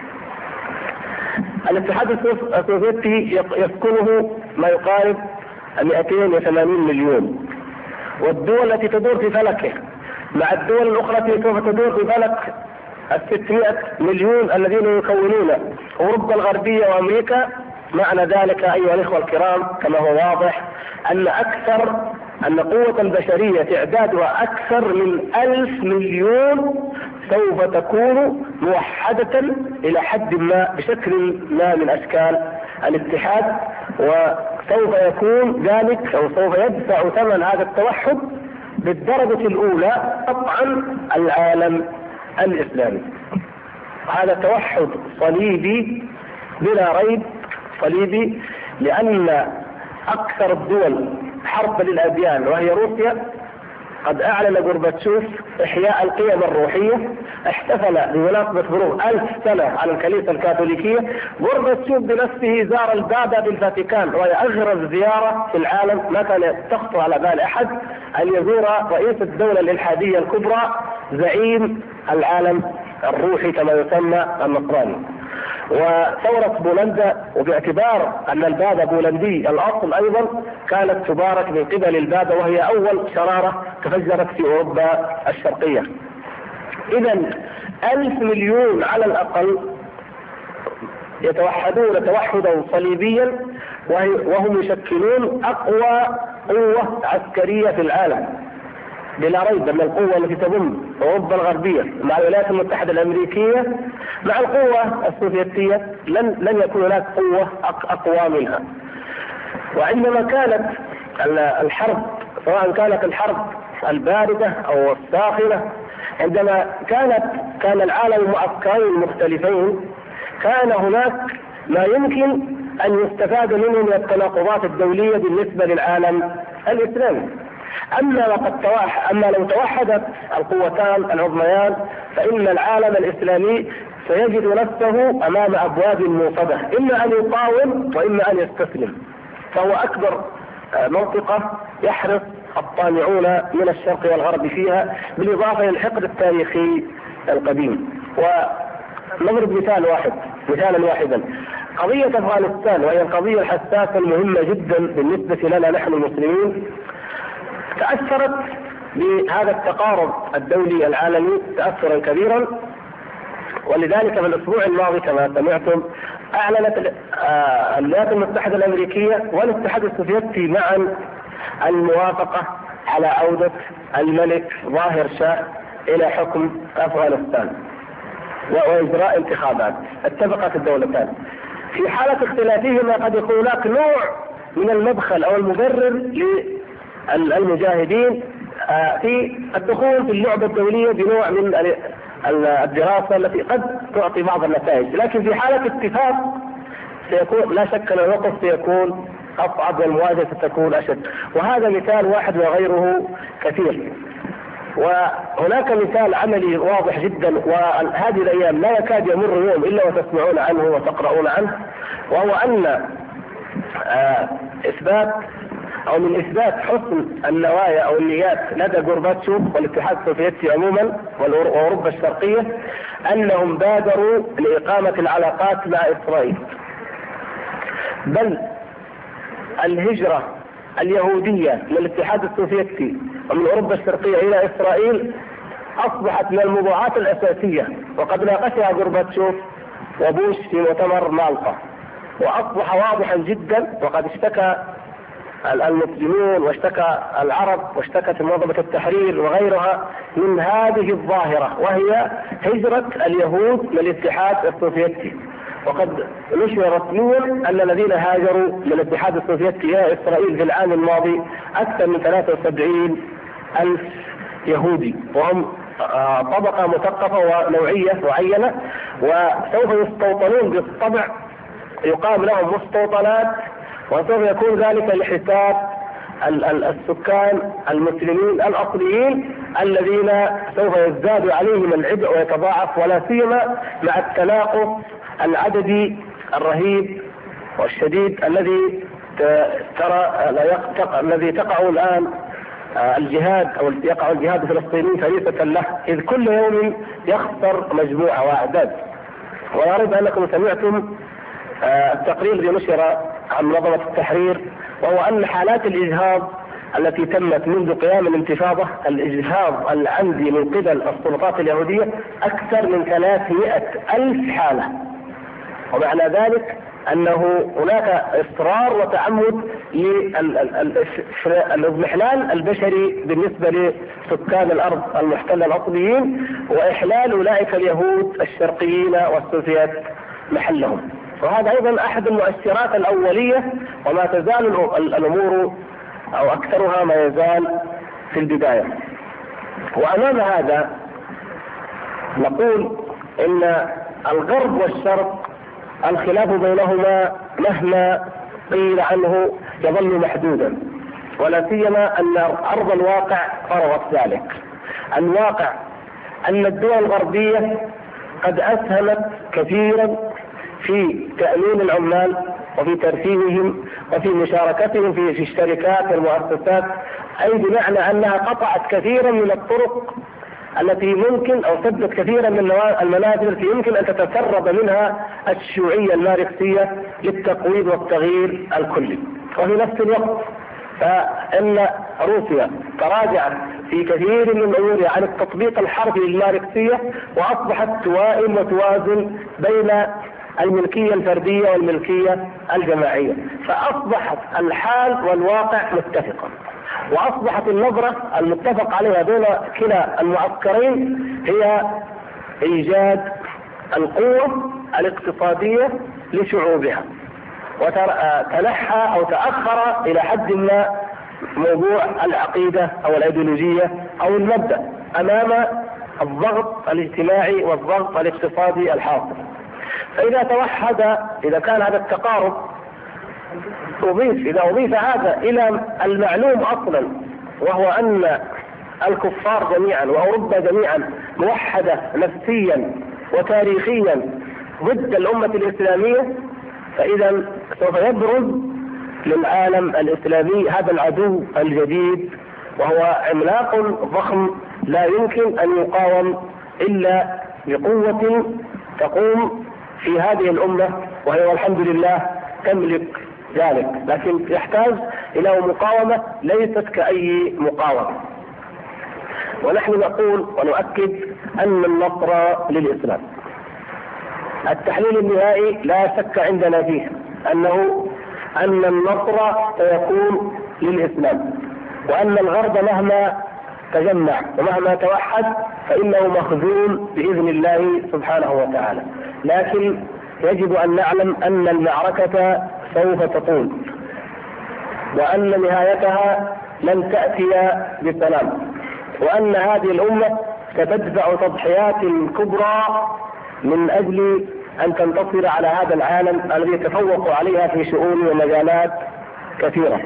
الاتحاد السوفيتي يسكنه ما يقارب مئتين وثمانين مليون، والدول التي تدور في فلكه مع الدول الأخرى التي سوف تدور في فلك الستمائة مليون الذين يكونون أوروبا الغربية وأمريكا. معنى ذلك أيها الإخوة الكرام كما هو واضح أن أكثر أن قوة البشرية تعدادها أكثر من ألف مليون سوف تكون موحدة إلى حد ما بشكل ما من أشكال الاتحاد، وسوف يكون ذلك أو سوف يدفع ثمن هذا التوحد بالدرجة الأولى طبعا العالم الإسلامي. هذا توحد صليبي بلا ريب، صليبي، لأن أكثر الدول حربا للأديان وهي روسيا قد أعلن غورباتشوف إحياء القيم الروحية، احتفل بمناسبة مرور ألف سنة على الكنيسة الكاثوليكية. غورباتشوف بنفسه زار البابا بالفاتيكان، وهي أغرب زيارة في العالم، ما كان تخطر على بال أحد أن يزور رئيس الدولة الإلحادية الكبرى زعيم العالم الروحي كما يسمى النصراني. وثورة بولندا، وباعتبار أن البابا بولندي الأصل أيضا، كانت تبارك من قبل البابا، وهي أول شرارة تفجرت في أوروبا الشرقية. إذا ألف مليون على الأقل يتوحدون توحدا صليبيا، وهم يشكلون أقوى قوة عسكرية في العالم بلا ريب. أن القوة التي تضم أوروبا الغربية مع الولايات المتحدة الأمريكية مع القوة السوفيتية لن لن يكون هناك قوة أقوى منها. وعندما كانت الحرب، سواء كانت الحرب الباردة أو الساخنة، عندما كانت كان العالم معسكرين مختلفين، كان هناك ما يمكن أن يستفاد منه من التناقضات الدولية بالنسبة للعالم الإسلامي. أما وقد توحد أما لو توحدت القوتان العظميان فإن العالم الإسلامي سيجد نفسه أمام أبواب موصدة، إما أن يقاوم وإما أن يستسلم. فهو أكبر منطقة يحرص الطامعون من الشرق والغرب فيها، بالإضافة للحقد التاريخي القديم. ونضرب مثال واحد مثالا واحدا، قضية أفغانستان، وهي القضية الحساسة المهمة جدا بالنسبة لنا نحن المسلمين، تأثرت بهذا التقارب الدولي العالمي تأثرا كبيرا. ولذلك في الأسبوع الماضي كما سمعتم أعلنت الولايات المتحدة الأمريكية والاتحاد السوفيتي معا الموافقة على عودة الملك ظاهر شاه إلى حكم أفغانستان وإجراء انتخابات. اتفقت الدولتان. في حالة اختلافهما قد يكون هناك نوع من المدخل أو المبرر للمجاهدين في الدخول في اللعبة الدولية بنوع من الدراسة التي قد تعطي بعض النتائج، لكن في حالة اتفاق سيكون لا شك أن الوقت سيكون أصعب والمواجهة ستكون أشد. وهذا مثال واحد وغيره كثير. وهناك مثال عملي واضح جدا، وهذه الأيام لا يكاد يمر يوم إلا وتسمعون عنه وتقرؤون عنه، وهو أن إثبات او من اثبات حسن النوايا او النيات لدى غورباتشوف والاتحاد السوفيتي عموما واوروبا الشرقية انهم بادروا لاقامة العلاقات مع اسرائيل، بل الهجرة اليهودية من الاتحاد السوفيتي ومن اوروبا الشرقية الى اسرائيل اصبحت من الموضوعات الاساسية، وقد ناقشها غورباتشوف وبوش في مؤتمر مالطا، واصبح واضحا جدا. وقد اشتكى المسلمون واشتكى العرب واشتكت منظمة التحرير وغيرها من هذه الظاهرة، وهي هجرة اليهود من الاتحاد السوفيتي. وقد نشر رسميا ان الذين هاجروا من الاتحاد السوفيتي الى اسرائيل في العام الماضي اكثر من ثلاثة وسبعين الف يهودي، وهم طبقة مثقفة ونوعية معينة، وسوف يستوطنون بالطبع، يقام لهم مستوطنات، وسوف يكون ذلك لحساب السكان المسلمين الأصليين الذين سوف يزداد عليهم العبء ويتضاعف، ولا سيما مع التناقص العددي الرهيب والشديد الذي ترى الذي تقع الآن الجهاد او يقع الجهاد الفلسطيني فريسة له، اذ كل يوم يخسر مجموعة واعداد. ولا ريب انكم سمعتم التقرير الذي نشر عن منظمة التحرير، وهو ان حالات الاجهاض التي تمت منذ قيام الانتفاضة، الاجهاض العمدي من قبل السلطات اليهودية اكثر من ثلاثمائة الف حالة. ومعنى ذلك انه هناك اصرار وتعمد للاضمحلال البشري بالنسبة لسكان الارض المحتلة الاصليين، واحلال اولئك اليهود الشرقيين والسوفيات محلهم. وهذا ايضا احد المؤشرات الاولية، وما تزال الامور او اكثرها ما يزال في البداية. وامام هذا نقول ان الغرب والشرق الخلاف بينهما مهما قيل عنه يظل محدودا، ولا سيما ان ارض الواقع فرضت ذلك. الواقع ان الدول الغربية قد اسهمت كثيرا في تأمين العمال وفي ترفيههم وفي مشاركتهم في الشركات والمؤسسات، اي بمعنى انها قطعت كثيرا من الطرق التي ممكن او سدت كثيرا من المنازل التي يمكن ان تتسرب منها الشيوعية الماركسية للتقويض والتغيير الكلي. وفي نفس الوقت فان روسيا تراجعت في كثير من امورها عن التطبيق الحربي للماركسية، واصبحت توائم وتوازن بين الملكية الفردية والملكية الجماعية، فاصبحت الحال والواقع متفقا. واصبحت النظرة المتفق عليها بين كلا المعسكرين هي ايجاد القوة الاقتصادية لشعوبها، وتنحى او تأخر الى حد ما موضوع العقيدة او الايديولوجية او المبدأ امام الضغط الاجتماعي والضغط الاقتصادي الحاصل. فاذا توحد، اذا كان هذا التقارب أضيف إذا أضيف هذا إلى المعلوم أصلا، وهو أن الكفار جميعا وأوروبا جميعا موحدة نفسيا وتاريخيا ضد الأمة الإسلامية، فإذا سوف يبرز للعالم الإسلامي هذا العدو الجديد، وهو عملاق ضخم لا يمكن أن يقاوم إلا بقوة تقوم في هذه الأمة، وهي والحمد لله تملك ذلك، لكن يحتاج إلى مقاومة ليست كأي مقاومة. ونحن نقول ونؤكد أن النصر للإسلام. التحليل النهائي لا شك عندنا فيه أنه أن النصر سيكون للإسلام، وأن الغرب مهما تجمع ومهما توحد فإنه مخذول بإذن الله سبحانه وتعالى. لكن يجب أن نعلم أن المعركة سوف تطول، وأن نهايتها لن تأتي بسلام، وأن هذه الأمة ستدفع تضحيات كبرى من أجل أن تنتصر على هذا العالم الذي يتفوق عليها في شؤون ومجالات كثيرة.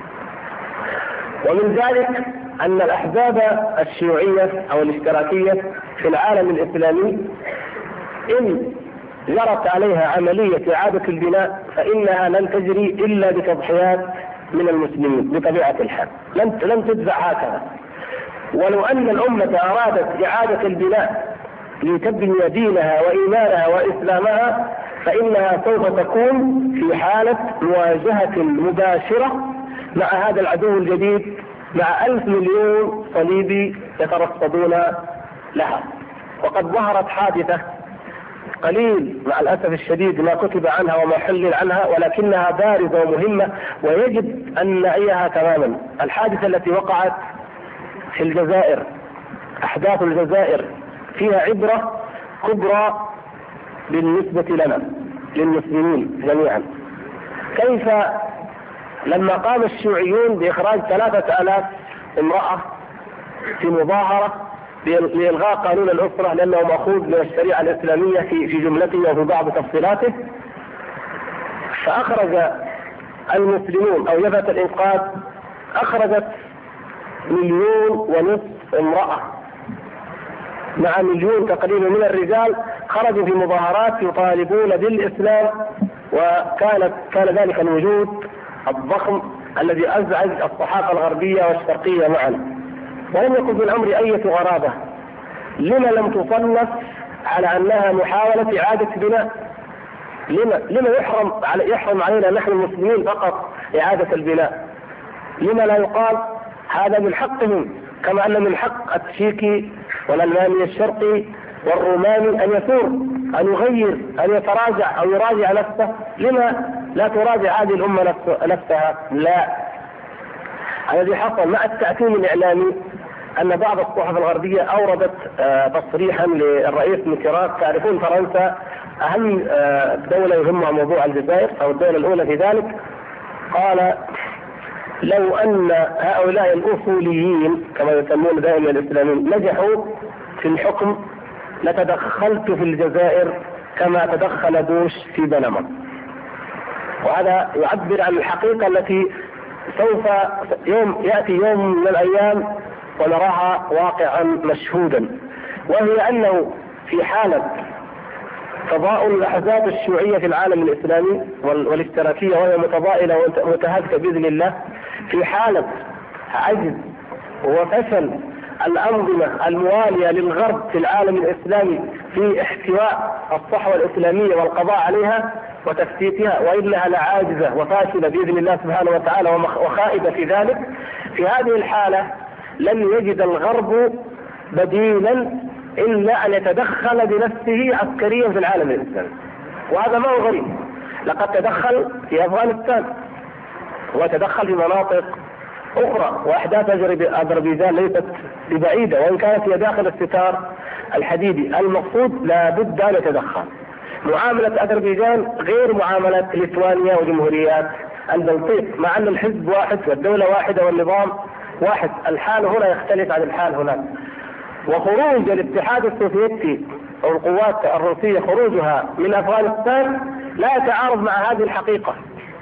ومن ذلك أن الأحزاب الشيوعية أو الاشتراكية في العالم الإسلامي إن جرت عليها عملية إعادة البناء فإنها لن تجري إلا بتضحيات من المسلمين بطبيعة الحال، لم لم تدفع هكذا. ولو أن الأمة أرادت إعادة البناء لتبني دينها وإيمانها وإسلامها فإنها سوف تكون في حالة مواجهة مباشرة مع هذا العدو الجديد، مع ألف مليون صليبي يترصدون لها. وقد ظهرت حادثة قليل مع الأسف الشديد ما كتب عنها وما حلل عنها، ولكنها بارزة ومهمة ويجب أن نعيها تماما. الحادثة التي وقعت في الجزائر، أحداث الجزائر فيها عبرة كبرى بالنسبة لنا للمسلمين جميعا. كيف لما قام الشيوعيون بإخراج ثلاثة آلاف امرأة في مظاهرة لإلغاء قانون الأسرة لأنه مأخوذ من الشريعة الإسلامية في في جملته وفي بعض تفصيلاته، فأخرج المسلمون أو جبهة الإنقاذ أخرجت مليون ونصف امرأة مع مليون تقريبا من الرجال، خرجوا في مظاهرات يطالبون بالإسلام. وكانت كان ذلك الوجود الضخم الذي أزعج الصحافة الغربية والشرقية معا، ولم يكن في الأمر أي غرابة. لما لم تصنف على أنها محاولة إعادة بناء؟ لما لما يحرم على يحرم علينا نحن المسلمين فقط إعادة البناء؟ لما لا يقال هذا من حقهم، كما أن من حق التشيكي والألماني الشرقي والروماني أن يثور، أن يغير، أن يتراجع أو يراجع نفسه؟ لما لا تراجع هذه الأمة نفسها؟ لا. الذي حصل مع التأثيم الإعلامي أن بعض الصحف الغربية أوردت تصريحا للرئيس ميتيران. تعرفون فرنسا أهم دولة يهمها موضوع الجزائر أو الدولة الأولى في ذلك. قال: لو أن هؤلاء الأصوليين كما يسمون دائما الإسلاميين نجحوا في الحكم لتدخلت في الجزائر كما تدخل بوش في بنما. وهذا يعبر عن الحقيقة التي سوف يوم يأتي يوم من الأيام ونراها واقعا مشهودا، وهي أنه في حالة تضاؤل الأحزاب الشيوعية في العالم الإسلامي والاشتراكية وهي متضائلة ومتهافته بإذن الله، في حالة عجز وفشل الأنظمة الموالية للغرب في العالم الإسلامي في احتواء الصحوة الإسلامية والقضاء عليها وتفتيتها، وإنها لعاجزة وفاشلة بإذن الله سبحانه وتعالى وخائبة في ذلك، في هذه الحالة لن يجد الغرب بديلا إلا أن يتدخل بنفسه عسكريا في العالم الإسلامي. وهذا ما هو غريب، لقد تدخل في أفغانستان وتدخل في مناطق أخرى، وأحداث أذربيجان ليست ببعيدة وإن كانت هي داخل الستار الحديدي. المقصود لابد أن يتدخل. معاملة أذربيجان غير معاملة ليتوانيا وجمهوريات البلطيق، مع أن الحزب واحد والدولة واحدة والنظام واحد. الحال هنا يختلف عن الحال هناك. وخروج الاتحاد السوفيتي أو القوات الروسية خروجها من أفغانستان لا يتعارض مع هذه الحقيقة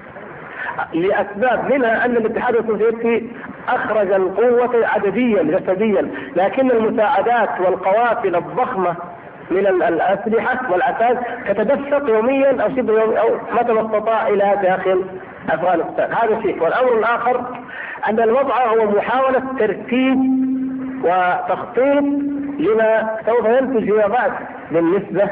لأسباب، منها أن الاتحاد السوفيتي أخرج القوة عدديا جسديا، لكن المساعدات والقوافل الضخمة من الأسلحة والعتاد تتدفق يوميا أو شبه يوميا أو متى ما استطاع إلى داخل أفغانستان. هذا شيء. والأمر الآخر أن الوضع هو محاولة ترتيب وتخطيط لما سوف ينتج فيما بعد بالنسبة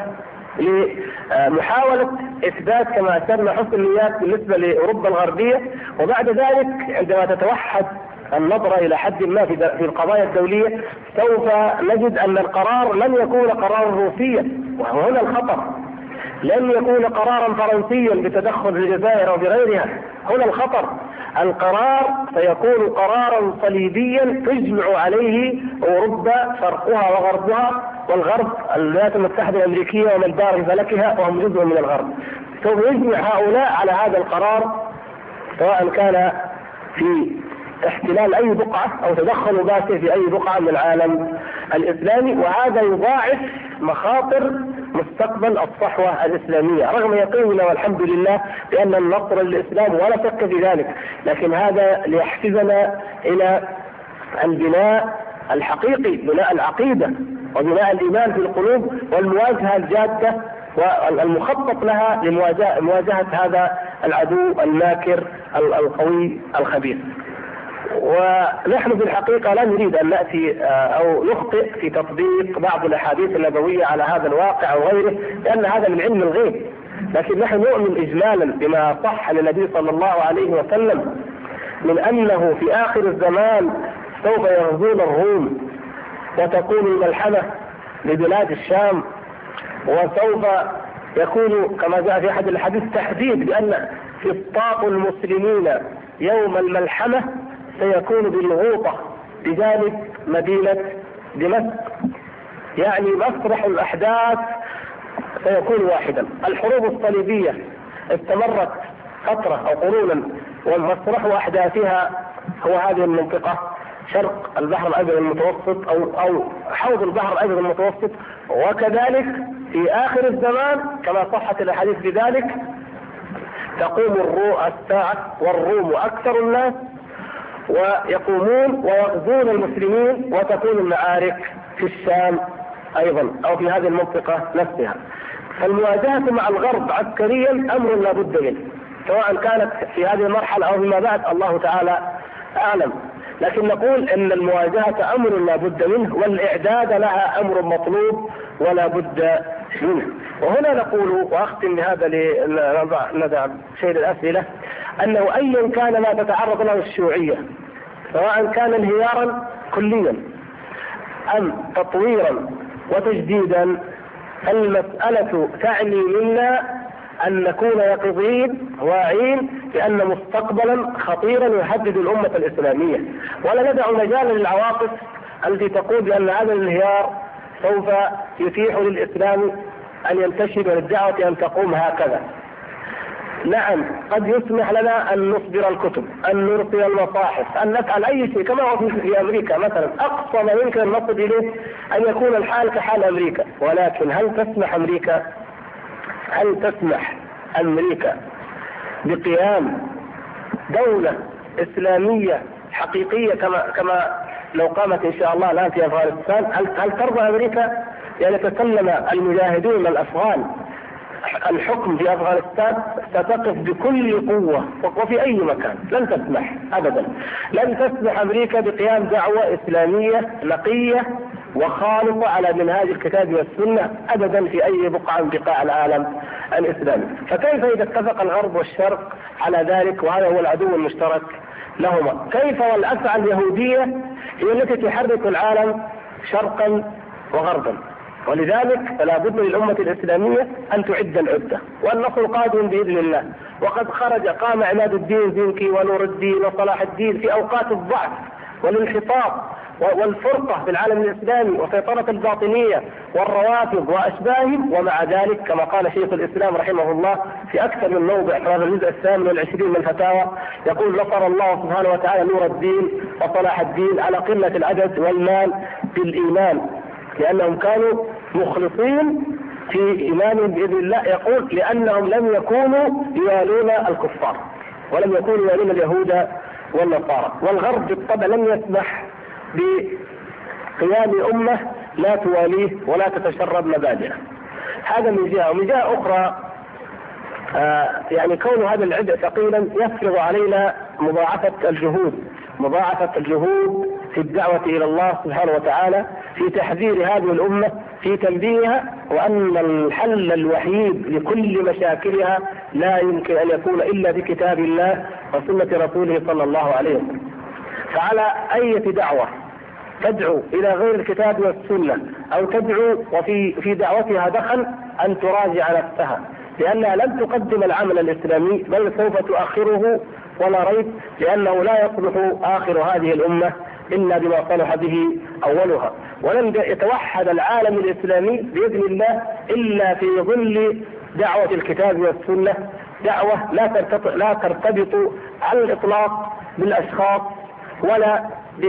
لمحاولة إثبات كما أشرنا حسن النيات بالنسبة لأوروبا الغربية. وبعد ذلك عندما تتوحد النظرة إلى حد ما في القضايا الدولية سوف نجد أن القرار لن يكون قرارا روسيا، وهنا الخطر. لن يكون قرارا فرنسيا بتدخل في الجزائر وبغيرها، هنا الخطر. القرار سيكون قرارا صليبيا تجمع عليه أوروبا شرقها وغربها، والغرب الولايات المتحدة الأمريكية ومن دار فلكها وهم جزء من الغرب. سوف يجمع هؤلاء على هذا القرار، سواء كان في احتلال أي بقعة أو تدخل مباشر في أي بقعة من العالم الإسلامي. وهذا يضاعف مخاطر مستقبل الصحوة الإسلامية، رغم يقيننا والحمد لله بأن النصر للإسلام ولا شك في ذلك، لكن هذا ليحفزنا إلى البناء الحقيقي، بناء العقيدة وبناء الإيمان في القلوب والمواجهة الجادة والمخطط لها لمواجهة هذا العدو الماكر القوي الخبيث. ونحن في الحقيقة لا نريد أن نأتي أو نخطئ في تطبيق بعض الأحاديث النبوية على هذا الواقع أو غيره، لأن هذا من علم الغيب، لكن نحن نؤمن إجمالا بما صح عن النبي صلى الله عليه وسلم من أنه في آخر الزمان سوف يغزون الروم وتكون الملحمة لبلاد الشام، وسوف يكون كما جاء في أحد الحديث تحديد بأن فسطاط المسلمين يوم الملحمة سيكون بالغوطة بجانب مدينة دمشق، يعني مسرح الأحداث سيكون واحدا. الحروب الصليبية استمرت فترة أو قرونا، ومسرح أحداثها هو هذه المنطقة شرق البحر الأبيض المتوسط أو أو حوض البحر الأبيض المتوسط. وكذلك في آخر الزمان كما صحت الأحاديث بذلك تقوم الساعة والروم أكثر الناس ويقومون ويغزون المسلمين، وتكون المعارك في الشام أيضا أو في هذه المنطقة نفسها. فالمواجهة مع الغرب عسكريا أمر لا بد منه، سواء كانت في هذه المرحلة أو فيما بعد الله تعالى أعلم، لكن نقول أن المواجهة أمر لا بد منه، والإعداد لها أمر مطلوب ولا بد منه. وهنا نقول وأختم بهذا لنضع شيء الأسئلة، أنه أيا كان ما تتعرض له الشيوعية سواء كان انهيارا كليا أم تطويرا وتجديدا، المسألة تعني منا أن نكون يقظين واعين بأن مستقبلا خطيرا يهدد الأمة الإسلامية، ولا ندع مجالا للعواطف التي تقول بأن هذا الانهيار سوف يتيح للإسلام أن ينتشر وللدعوة أن تقوم هكذا. نعم قد يسمح لنا أن نصدر الكتب، أن نرسل المصاحف، أن نفعل أي شيء كما هو في أمريكا مثلا، أقصى ما يمكن أن نصل إليه أن يكون الحال كحال أمريكا. ولكن هل تسمح أمريكا هل تسمح أمريكا بقيام دولة إسلامية حقيقية كما كما لو قامت إن شاء الله الآن في أفغانستان؟ هل هل ترضى أمريكا يعني تسلم المجاهدون الأفغان الحكم في أفغانستان؟ ستقف بكل قوة وفي أي مكان، لن تسمح أبدا. لن تسمح أمريكا بقيام دعوة إسلامية نقية وخالصة على منهاج الكتاب والسنة أبدا في أي بقعة من بقاع العالم الإسلامي. فكيف إذا اتفق الغرب والشرق على ذلك وهذا هو العدو المشترك لهما؟ كيف والأسعى اليهودية هي التي تحرك العالم شرقا وغربا؟ ولذلك فلا بد للأمة الإسلامية أن تعد العدة، والنصر قادم بإذن الله. وقد خرج قام عماد الدين زنكي ونور الدين وصلاح الدين في أوقات الضعف والانحطاط والفرقة في العالم الإسلامي وسيطرة الباطنية والروافض وأشباههم، ومع ذلك كما قال شيخ الإسلام رحمه الله في أكثر من موضع في هذا الجزء الثامن والعشرين من الفتاوى يقول: نصر الله سبحانه وتعالى نور الدين وصلاح الدين على قلة العدد والمال بالإيمان، لأنهم كانوا مخلصين في إيمانهم بإذن الله. يقول: لأنهم لم يكونوا يوالون الكفار ولم يكونوا يوالون اليهود والنصارى. والغرب بالطبع لم يسمح بقيام أمة لا تواليه ولا تتشرب مبادئه. هذا من جهة. ومن جهة أخرى آه يعني كون هذا العبء ثقيلا يفرض علينا مضاعفة الجهود مضاعفة الجهود في الدعوة إلى الله سبحانه وتعالى، في تحذير هذه الأمة، في تنبيهها، وأن الحل الوحيد لكل مشاكلها لا يمكن أن يكون إلا بكتاب الله وسنة رسوله صلى الله عليه وسلم. فعلى أي دعوة تدعو إلى غير الكتاب والسنة أو تدعو وفي في دعوتها دخل أن تراجع نفسها، لأنها لن تقدم العمل الإسلامي بل سوف تؤخره ولا ريب، لأنه لا يصلح آخر هذه الأمة إلا بما صلح به أولها. ولن يتوحد العالم الإسلامي بإذن الله إلا في ظل دعوة الكتاب والسنة، دعوة لا ترتبط, لا ترتبط على الإطلاق بالأشخاص ولا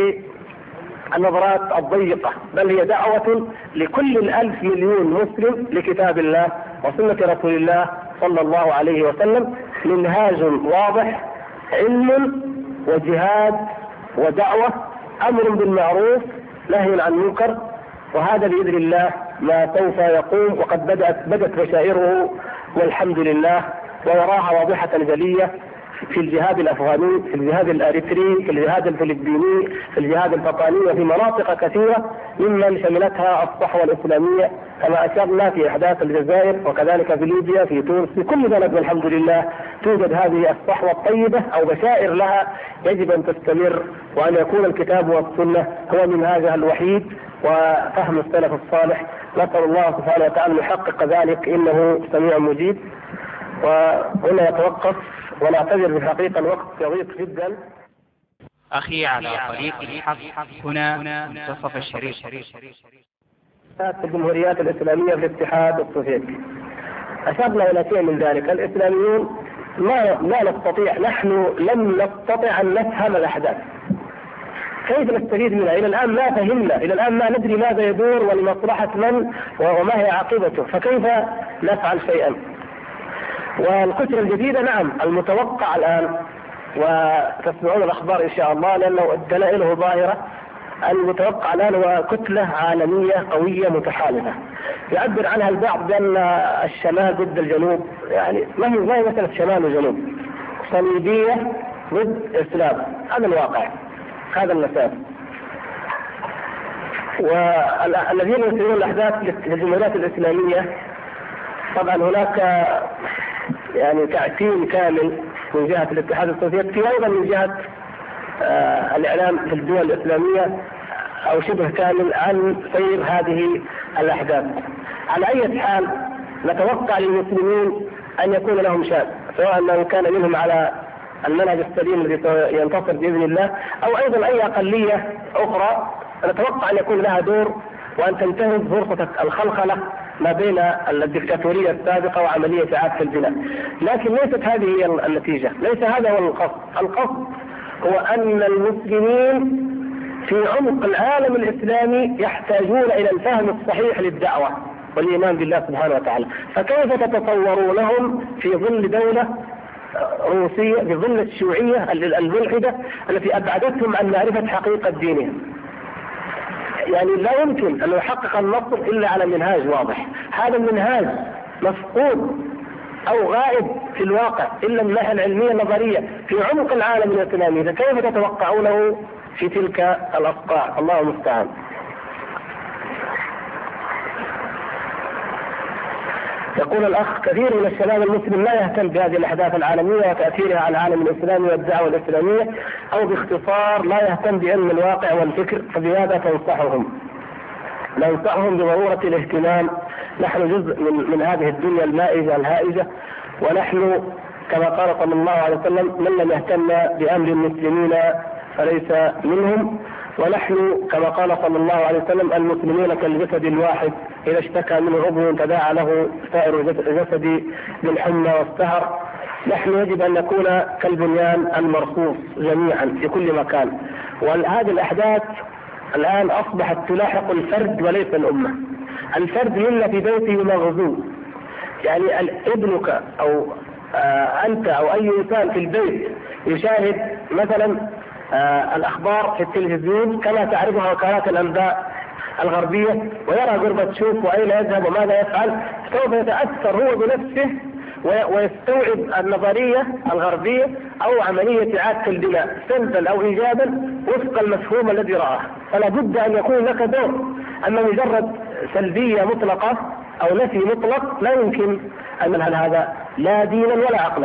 بالنظرات الضيقة، بل هي دعوة لكل الألف مليون مسلم لكتاب الله وسنة رسول الله صلى الله عليه وسلم. منهاج واضح، علم وجهاد ودعوة، أمر بالمعروف نهي عن المنكر، وهذا بإذن الله ما سوف يقوم، وقد بدأت بدت بشائره والحمد لله. ويراها واضحة جلية في الجهاد الأفغاني، في الجهاد الأريتري، في الجهاد الفلبيني، في الجهاد البطاني، وفي مناطق كثيرة ممن شملتها الصحوة الإسلامية كما أشرنا في أحداث الجزائر، وكذلك في ليبيا، في تونس، في كل بلد والحمد لله توجد هذه الصحوة الطيبة أو بشائر لها يجب أن تستمر، وأن يكون الكتاب والسنة هو منهاجها الوحيد وفهم السلف الصالح. نسأل الله سبحانه وتعالى أن يحقق ذلك إنه سميع مجيب. وهنا يتوقف ونعتذر بالحقيقة الوقت يضيق جدا. أخي على طريق الحق هنا منتصف الشريف. في الجمهوريات الإسلامية في الاتحاد السوفيتي أشرنا إلى شيء من ذلك. الإسلاميون ما لا نستطيع، نحن لم نستطع أن نفهم الأحداث. كيف نستفيد منها؟ إلى الآن ما فهمنا، إلى الآن ما ندري ماذا يدور ولمصلحة من وما هي عاقبته، فكيف نفعل شيئا؟ والقشرة الجديدة نعم المتوقع الآن، وتسمعون الأخبار إن شاء الله لأنه دلائله ظاهرة. المتوقع الآن هو كتلة عالمية قوية متحالفة يعبر عنها البعض بأن الشمال ضد الجنوب، يعني ما هي زي مثلا شمال وجنوب، صليبية ضد إسلام. هذا الواقع، هذا المسافة. والذين يسيرون الأحداث في الجمهوريات الإسلامية طبعا هناك يعني تعتيم كامل من جهة الاتحاد السوفيتي وأيضا من جهة آه الإعلام في الدول الإسلامية أو شبه كامل عن سير هذه الأحداث. على أي حال نتوقع للمسلمين أن يكون لهم شأن، سواء أنه كان منهم على المنهج السليم الذي ينتصر بإذن الله، أو أيضا أي أقلية أخرى نتوقع أن يكون لها دور وأن تنتهز فرصة الخلخلة ما بين الدكتاتورية السابقة وعملية إعادة البناء. لكن ليست هذه هي النتيجة، ليس هذا هو القصد. القصد هو أن المسلمين في عمق العالم الإسلامي يحتاجون إلى الفهم الصحيح للدعوة والإيمان بالله سبحانه وتعالى. فكيف تتصورونهم في ظل دولة روسية، في ظل الشيوعية الملحدة التي أبعدتهم عن معرفة حقيقة دينهم؟ يعني لا يمكن أن يحقق النصر إلا على منهاج واضح. هذا المنهاج مفقود أو غائب في الواقع إلا من الناحية العلمية النظرية في عمق العالم الإسلامي، فكيف تتوقعونه في تلك الأصقاع؟ الله المستعان. يقول الأخ: كثير من الشباب المسلم لا يهتم بهذه الأحداث العالمية وتأثيرها على العالم الإسلامي والدعوة الإسلامية، أو باختصار لا يهتم بعلم الواقع والفكر، فبماذا تنصحهم؟ ننصحهم بضرورة الاهتمام. نحن جزء من, من هذه الدنيا المائجة الهائجة، ونحن كما قال صلى الله عليه وسلم: من لم يهتم بأمر المسلمين فليس منهم. ونحن كما قال صلى الله عليه وسلم: المسلمون كالجسد الواحد إذا اشتكى منه عضو تداعى له سائر الجسد بالحمى والسهر. نحن يجب أن نكون كالبنيان المرصوص جميعا في كل مكان. وهذه الأحداث الآن أصبحت تلاحق الفرد وليس الأمة. الفرد منا في بيته مغزو، يعني ابنك أو آه أنت أو أي إنسان في البيت يشاهد مثلا آه الأخبار في التلفزيون كما تعرفها وكالات الأنباء الغربية، ويرى غربتشوف وأين يذهب وماذا يفعل، سوف يتأثر هو بنفسه ويستوعب النظرية الغربية أو عملية إعادة البناء سلبا أو إيجابا وفق المفهوم الذي رآه. فلا بد أن يكون لك دور. أما مجرد سلبية مطلقة أو نفي مطلق لا يمكن أن نفعل هذا لا دينا ولا عقلا.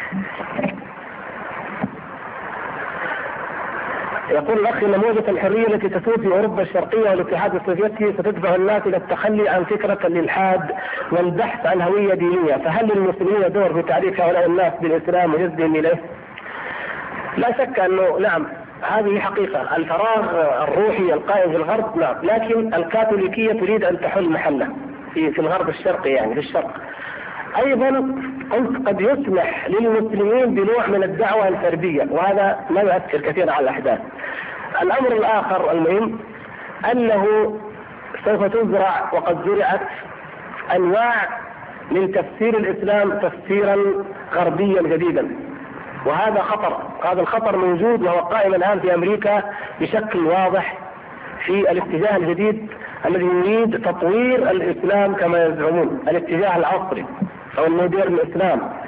يقول الأخ: نموذج الحرية التي تسود في أوروبا الشرقية والاتحاد السوفيتي ستدفع الناس إلى التخلي عن فكرة الإلحاد والبحث عن هوية دينية، فهل للمسلمين دور في تعريف هؤلاء الناس بالإسلام وجذبهم إليه؟ لا شك أنه نعم هذه حقيقة، الفراغ الروحي القائم في الغرب نعم، لكن الكاثوليكية تريد أن تحل محله في في الغرب الشرقي، يعني في الشرق. أيضا قلت قد يسمح للمسلمين بنوع من الدعوة الفردية، وهذا لا يؤثر كثيرا على الأحداث. الأمر الآخر المهم أنه سوف تزرع وقد زرعت أنواع من تفسير الإسلام تفسيرا غربيا جديدا، وهذا خطر. هذا الخطر موجود وهو قائم الآن في أمريكا بشكل واضح في الاتجاه الجديد الذي يريد تطوير الإسلام كما يزعمون، الاتجاه العصري أو المودرن الإسلام،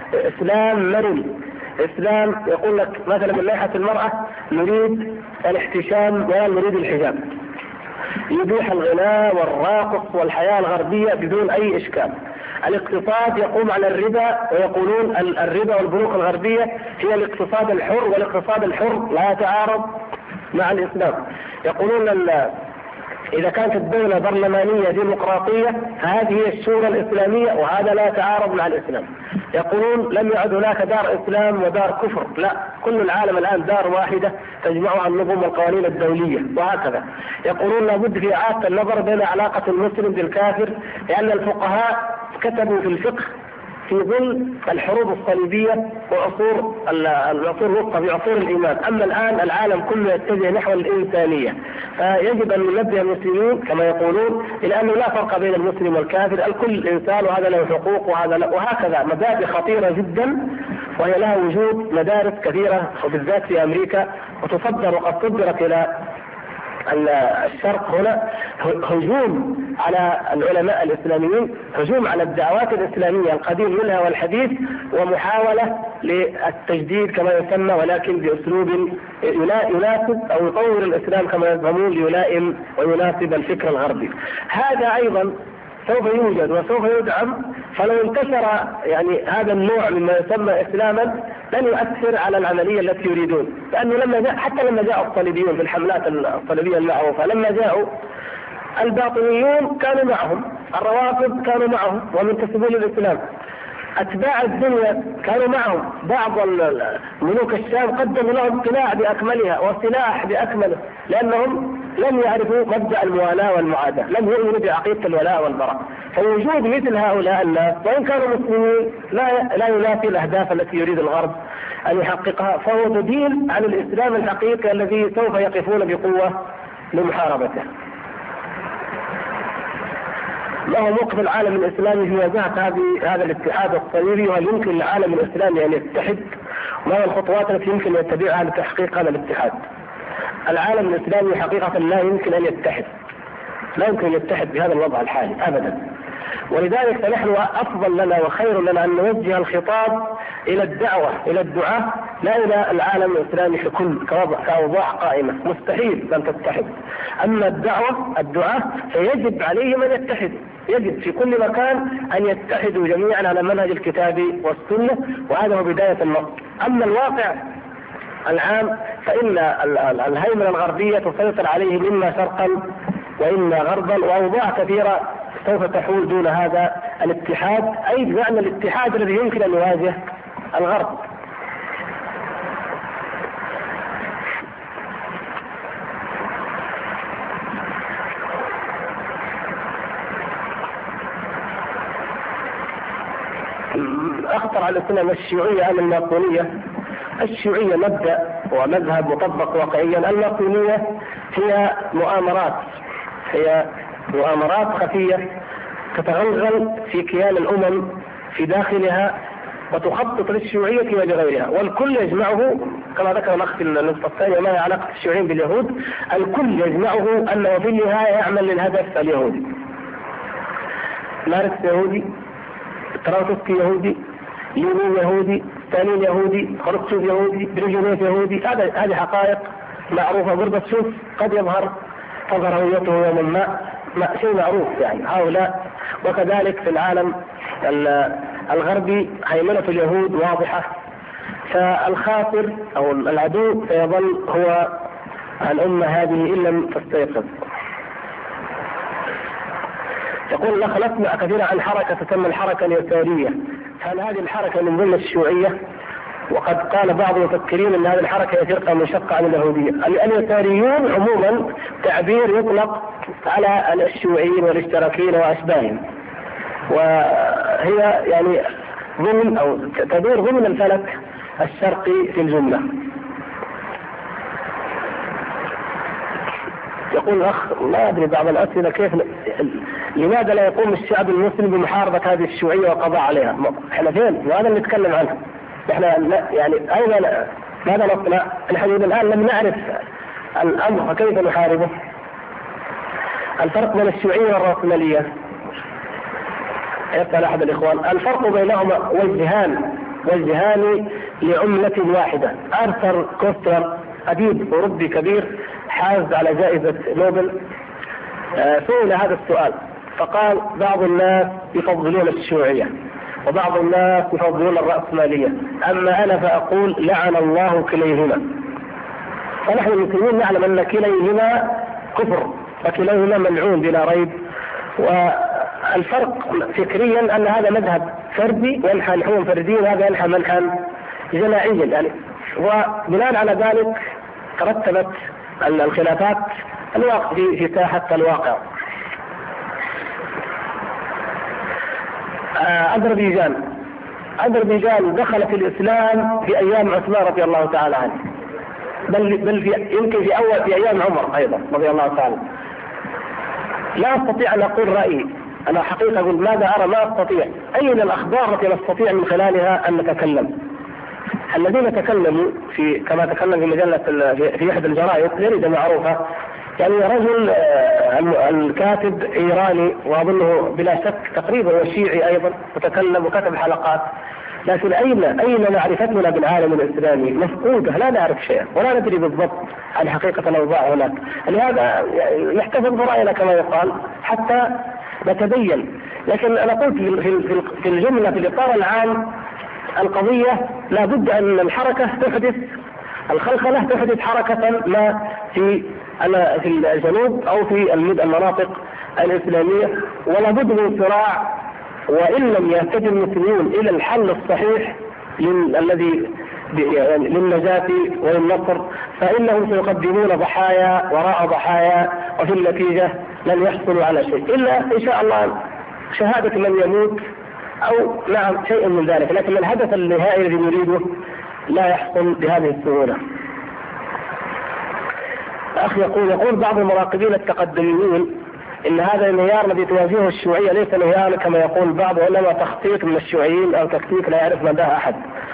إسلام مرن، إسلام يقول لك مثلا من ناحية المرأة نريد الاحتشام ولا نريد الحجاب، يبيح الغناء والراقص والحياة الغربية بدون أي إشكال. الاقتصاد يقوم على الربا، ويقولون الربا والبنوك الغربية هي الاقتصاد الحر، والاقتصاد الحر لا يتعارض مع الإسلام. يقولون إذا كانت الدولة برلمانية ديمقراطية هذه هي الشورى الإسلامية، وهذا لا يتعارض مع الإسلام. يقولون لم يعد هناك دار إسلام ودار كفر، لا، كل العالم الآن دار واحدة تجمعها النظم والقوانين الدولية، وهكذا. يقولون لابد في إعادة النظر بين علاقة المسلم بالكافر، لأن الفقهاء كتبوا في الفقه في ظل الحروب الصليبية وعصور العصور الوسطى في عصور الإيمان. أما الآن العالم كله يتجه نحو الإنسانية، فيجب أن ننبه المسلمين كما يقولون إلى أنه لا فرق بين المسلم والكافر، الكل إنسان وهذا له حقوق وهذا له، وهكذا مبادئ خطيرة جدا، وهي لها وجود مدارس كثيرة وبالذات في أمريكا، وتصدر وقد صدرت إلى الشرق هنا هجوم على العلماء الإسلاميين، هجوم على الدعوات الإسلامية القديم منها والحديث، ومحاولة للتجديد كما يسمى، ولكن بأسلوب يناسب أو يطور الإسلام كما يفهمون ليلائم ويناسب الفكر الغربي. هذا أيضا سوف يوجد وسوف يدعم، فلو انتشر يعني هذا النوع مما يسمى إسلاما لن يؤثر على العملية التي يريدون، لأنه لما جاء حتى لما جاء الصليبيون في الحملات الصليبية المعروفة، لما جاءوا الباطنيون كانوا معهم، الروافض كانوا معهم ومنتسبون للإسلام، أتباع الدنيا كانوا معهم، بعض ملوك الشام قدموا لهم قلاع بأكملها وسلاح بأكمله، لأنهم لم يعرفوا مبدأ الموالاة والمعاداة، لم يؤمنوا بعقيدة الولاء والبراء. فوجود مثل هؤلاء الناس وإن كانوا مسلمين لا لا ينافي الأهداف التي يريد الغرب أن يحققها، فهو بديل عن الإسلام الحقيقي الذي سوف يقفون بقوة لمحاربته. له موقف العالم الإسلامي في مواجهة هذه هذا الاتحاد الصليبي، وهل يمكن للعالم الإسلامي أن يتحد؟ وما هي الخطوات التي يمكن أن يتبعها لتحقيق هذا الاتحاد؟ العالم الإسلامي حقيقة لا يمكن أن يتحد، لا يمكن أن يتحد بهذا الوضع الحالي أبدا، ولذلك فنحن أفضل لنا وخير لنا أن نوجه الخطاب إلى الدعوة إلى الدعاة، لا إلى العالم الإسلامي ككل كأوضاع قائمة، مستحيل أن تتحد. أما الدعوة الدعاة فيجب عليهم أن يتحدوا، يجب في كل مكان أن يتحدوا جميعا على منهج الكتاب والسنة، وهذا هو بداية النصر. أما الواقع العام فإن الهيمنة الغربية تسيطر عليه إما شرقا وإما غربا، وأوضاع كثيرة سوف تحول دون هذا الاتحاد، أي بمعنى الاتحاد الذي يمكن أن يواجه الغرب. أخطر على السنة الشيوعية أم الماسونية؟ الشيوعية مبدأ ومذهب مطبق واقعيا، الماسونية هي مؤامرات، هي مؤامرات خفية تتغلغل في كيان الأمم في داخلها وتخطط للشيوعية ولغيرها، والكل يجمعه كما ذكر الأخ في النقطة الثانية ما هي علاقة الشيوعيين باليهود، الكل يجمعه أنه في النهاية يعمل للهدف اليهودي. ماركس يهودي، تراوتسكي يهودي، لينين يهودي، ستالين يهودي، خروتشوف يهودي، بريجينيف يهودي، هذا هذه حقائق معروفة. غورباتشوف قد يظهر تظهر هويته يوما ما، ما شيء معروف يعني هؤلاء. وكذلك في العالم الغربي هيمنة اليهود واضحة، فالخاسر أو العدو سيظل هو الأمة هذه إن لم تستيقظ. يقول الأخ نسمع كثيرا عن حركة تسمى الحركة اليسارية، هل هذه الحركة من ضمن الشيوعية؟ وقد قال بعض المفكرين ان هذه الحركة هي فرقة منشقة عن اليهودية. اليساريون عموما تعبير يطلق على الشيوعيين والاشتراكيين واشباههم، وهي يعني ضمن او تدور ضمن الفلك الشرقي في الجملة. يقول الأخ لا أدري بعض الأسئلة كيف لماذا لا يقوم الشعب المسلم بمحاربة هذه الشيوعية والقضاء عليها؟ احنا فين؟ وهذا اللي نتكلم عنه. احنا يعني أيضا ماذا نصنع؟ نحن الآن لم نعرف الأمر فكيف نحاربه؟ الفرق بين الشيوعية والرأسمالية، يسأل أحد الإخوان، الفرق بينهما وجهان وجهان لعملة واحدة. آرثر كوستر أديب أوروبي كبير حاز على جائزة نوبل سئل هذا السؤال فقال: بعض الناس يفضلون الشيوعية وبعض الناس يفضلون الرأسمالية، أما أنا فأقول لعن الله كليهما. فنحن المسلمين نعلم أن كليهما كفر وكليهما ملعون بلا ريب، والفرق فكريا أن هذا مذهب فردي ينحى نحو فردي وهذا ينحى منحى جماعيا يعني، وبناء على ذلك ترتبت الخلافات الواقع في ساحة الواقع. أذربيجان أذربيجان دخلت الإسلام في أيام عثمان رضي الله تعالى عنه، بل بل في يمكن في أول في أيام عمر أيضا رضي الله تعالى. لا أستطيع أن أقول رأيي، أنا حقيقة أقول ماذا أرى، ما أستطيع. أين الأخبار التي نستطيع من خلالها أن نتكلم؟ الذين تكلموا في كما تكلم في مجلة في أحد الجرائد جريدة معروفة، يعني رجل الكاتب إيراني وأظنه بلا شك تقريبا هو شيعي أيضا، وتكلم وكتب حلقات، لكن أين أين معرفتنا بالعالم الإسلامي؟ مفقودة، لا نعرف شيئا ولا ندري بالضبط عن حقيقة الأوضاع هناك. لهذا نحتفظ برأينا كما يقال حتى نتبين. لكن أنا قلت في الجملة في الإطار العام القضية لا بد أن الحركة تحدث الخلخلة تحدث حركة ما في في الجنوب أو في المناطق الإسلامية، ولا بد من صراع. وإن لم يهتدي المسلمون إلى الحل الصحيح الذي للنجاة والنصر فإنهم سيقدمون ضحايا وراء ضحايا، وفي النتيجة لن يحصلوا على شيء إلا إن شاء الله شهادة من يموت أو نعم شيء من ذلك، لكن الهدف النهائي الذي نريده لا يحصل بهذه السهولة. أخ يقول يقول بعض المراقبين التقدميين إن هذا الانهيار الذي تواجهه الشيوعية ليس انهيار كما يقول البعض، وإنما تخطيط من الشيوعيين أو تكتيك لا يعرف مداه أحد.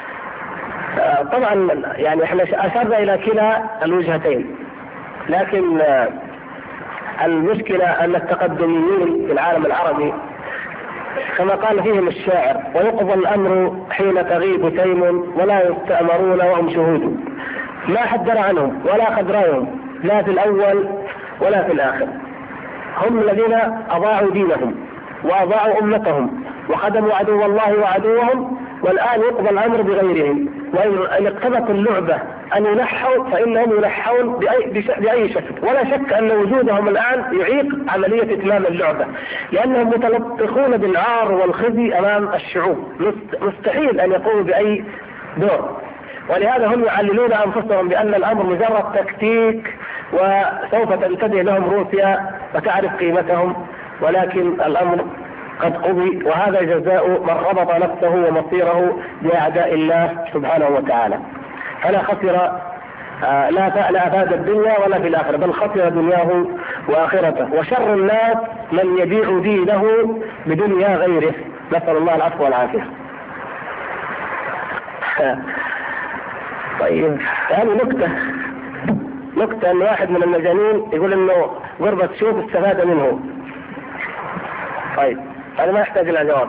طبعا يعني احنا أشرنا إلى كلا الوجهتين، لكن المشكلة أن التقدميين في العالم العربي كما قال فيهم الشاعر: ويقضى الأمر حين تغيب تيم ولا يستأمرون وهم شهود. ما حدر عنهم ولا خدرهم لا في الأول ولا في الآخر. هم الذين أضاعوا دينهم وأضاعوا أمتهم وخدموا عدو الله وعدوهم، والآن يقضى الأمر بغيرهم. وإن اقتضت اللعبة أن ينحوا فإنهم ينحون بأي, بأي شكل، ولا شك أن وجودهم الآن يعيق عملية إتمام اللعبة، لأنهم متلطخون بالعار والخزي أمام الشعوب، مستحيل أن يقوموا بأي دور. ولهذا هم يعللون أنفسهم بأن الأمر مجرد تكتيك وسوف تنتبه لهم روسيا وتعرف قيمتهم، ولكن الأمر قد قضي، وهذا جزاء من ربط نفسه ومصيره بأعداء الله سبحانه وتعالى. فلا خسر لا لا أفاد الدنيا ولا في الآخرة، بل خسر دنياه وآخرته. وشر الناس من يبيع دينه بدنيا غيره، نسأل الله العفو والعافية. طيب هذه نكتة نكتة أن واحد من المجانين يقول إنه غربة شوف استفاد منه. طيب أنا ما أحتاج إلى جواب.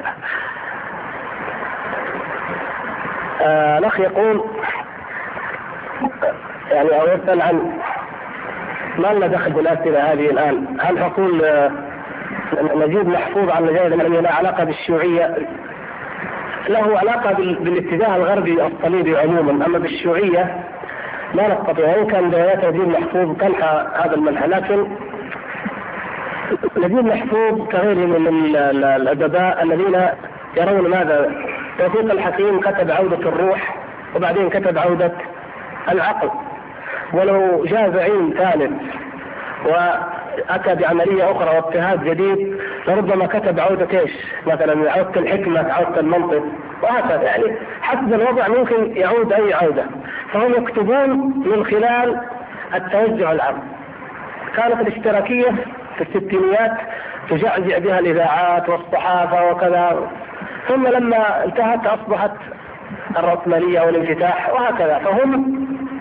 آه الأخ يقول يعني أو يسأل عن ما لنا دخل بالأسئلة هذه الآن. هل حصول آه نجيب محفوظ عن نجاة من له علاقة بالشيوعية؟ له علاقة بالاتجاه الغربي الصليبي عموما، أما بالشيوعية لا نستطيع. وإن كان روايات نجيب محفوظ تنحى هذا المنحى، لكن نجيب محفوظ كغيره من الأدباء الذين يرون ماذا؟ توفيق الحكيم كتب عودة الروح وبعدين كتب عودة العقل، ولو جاء زعيم ثالث وأتى بعملية أخرى واجتهاد جديد لربما كتب عودة إيش؟ مثلا عودة الحكمة، عودة المنطق، وهكذا. يعني حسب الوضع ممكن يعود أي عودة. فهم يكتبون من خلال التوجه العام. كانت الاشتراكية في الستينيات تجعزع بها الإذاعات والصحافة وكذا، ثم لما انتهت أصبحت الرأسمالية والانفتاح وهكذا. فهم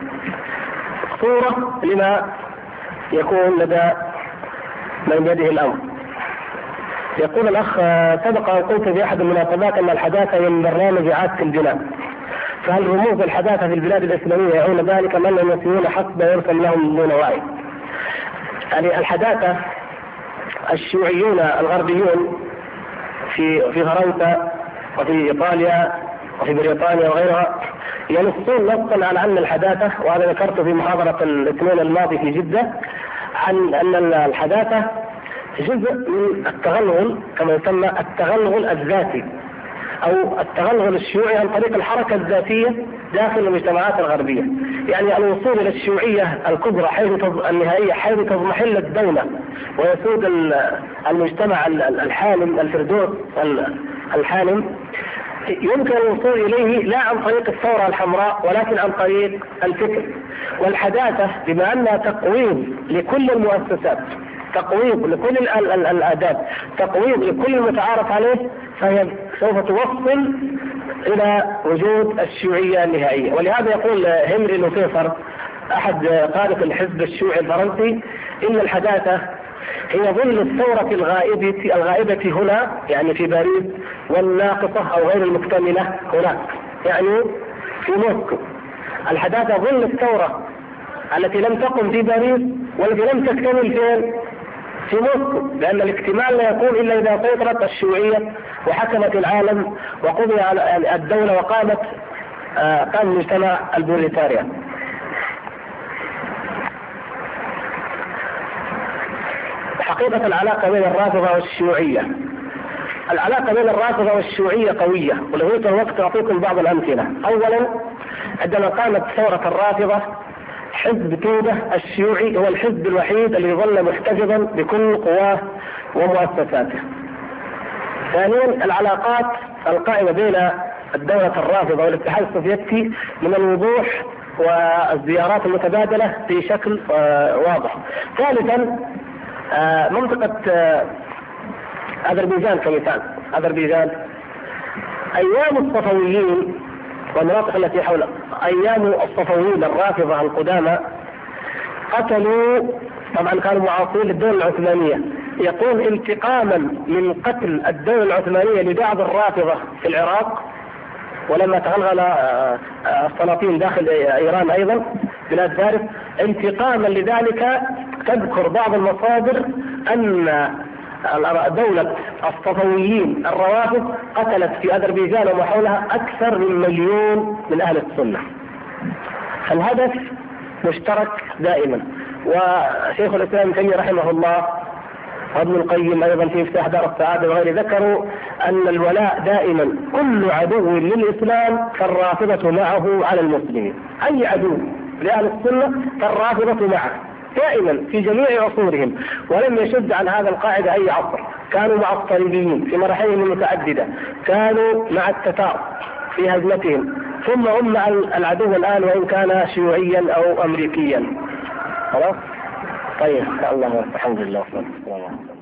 صورة لما يكون لدى من بيده الأمر. يقول الأخ سبق أن قلت في أحد المناسبات أن الحداثة من برنامج إعادة البناء، فهل رموز الحداثة في البلاد الإسلامية يعون ذلك من لم يسيرون حسب يرسم لهم دون وعي؟ يعني الحداثة الشيوعيون الغربيون في في فرنسا وفي إيطاليا وفي بريطانيا وغيرها ينصون نصا على أن الحداثة، وهذا ذكرته في محاضرة الاثنين الماضي في جدة، عن أن الحداثة جزء من التغلغل كما يسمى التغلغل الذاتي أو التغلغل الشيوعي عن طريق الحركة الذاتية داخل المجتمعات الغربية. يعني الوصول إلى الشيوعية الكبرى حيث النهائية حيث تضمحل الدولة ويسود المجتمع الحالم الفردوس الحالم، يمكن الوصول إليه لا عن طريق الثورة الحمراء ولكن عن طريق الفكر. والحداثة بما أنها تقويض لكل المؤسسات، تقويض لكل الآداب، تقويض لكل المتعارف عليه، فهي سوف توصل إلى وجود الشيوعية النهائية. ولهذا يقول هنري لوفيفر أحد قادة الحزب الشيوعي الفرنسي إن الحداثة هي ظل الثورة الغائبة الغائبة هنا، يعني في باريس، والناقصة أو غير المكتملة هناك، يعني في موسكو. الحداثة ظل الثورة التي لم تقم في باريس والتي لم تكتمل في في موسكو، لأن الاكتمال لا يكون إلا إذا سيطرت الشيوعية وحكمت العالم وقضي على الدولة وقامت قام المجتمع البروليتاريا. حقيقة العلاقة بين الرافضة والشيوعية، العلاقة بين الرافضة والشيوعية قوية، ولو يوجد الوقت أعطيكم بعض الأمثلة. أولا، عندما قامت ثورة الرافضة حزب توده الشيوعي هو الحزب الوحيد الذي ظل محتفظا بكل قواه ومؤسساته. ثانيا، العلاقات القائمة بين الدولة الرافضة والاتحاد السوفيتي من الوضوح والزيارات المتبادلة في شكل واضح. ثالثا، منطقة أذربيجان كمثال، أذربيجان أيام الصفويين والمناطق التي حولها، أيام الصفويين الرافضة القدامى قتلوا، طبعا كانوا معاصرين للدولة العثمانية، يقول انتقاما من قتل الدولة العثمانية لبعض الرافضة في العراق، ولما تغلغل السلاطين داخل إيران أيضا بلاد فارس، انتقاما لذلك تذكر بعض المصادر أن دولة الصفويين الروافض قتلت في أذربيجان وما حولها أكثر من مليون من أهل السنة. الهدف مشترك دائما. وشيخ الإسلام ابن تيمية رحمه الله وابن القيم أيضا في مفتاح دار السعادة وغيره ذكروا أن الولاء دائما كل عدو للإسلام فالرافضة معه على المسلمين. أي عدو لأهل السنة فالرافضة معه دائما في جميع عصورهم، ولم يشد عن هذا القاعدة أي عصر. كانوا مع الصليبيين في مراحلهم المتعددة، كانوا مع التتار في هزمتهم، ثم هم مع العدو الآن وإن كان شيوعيا أو أمريكيا. خلاص؟ طيب، الله الحمد لله.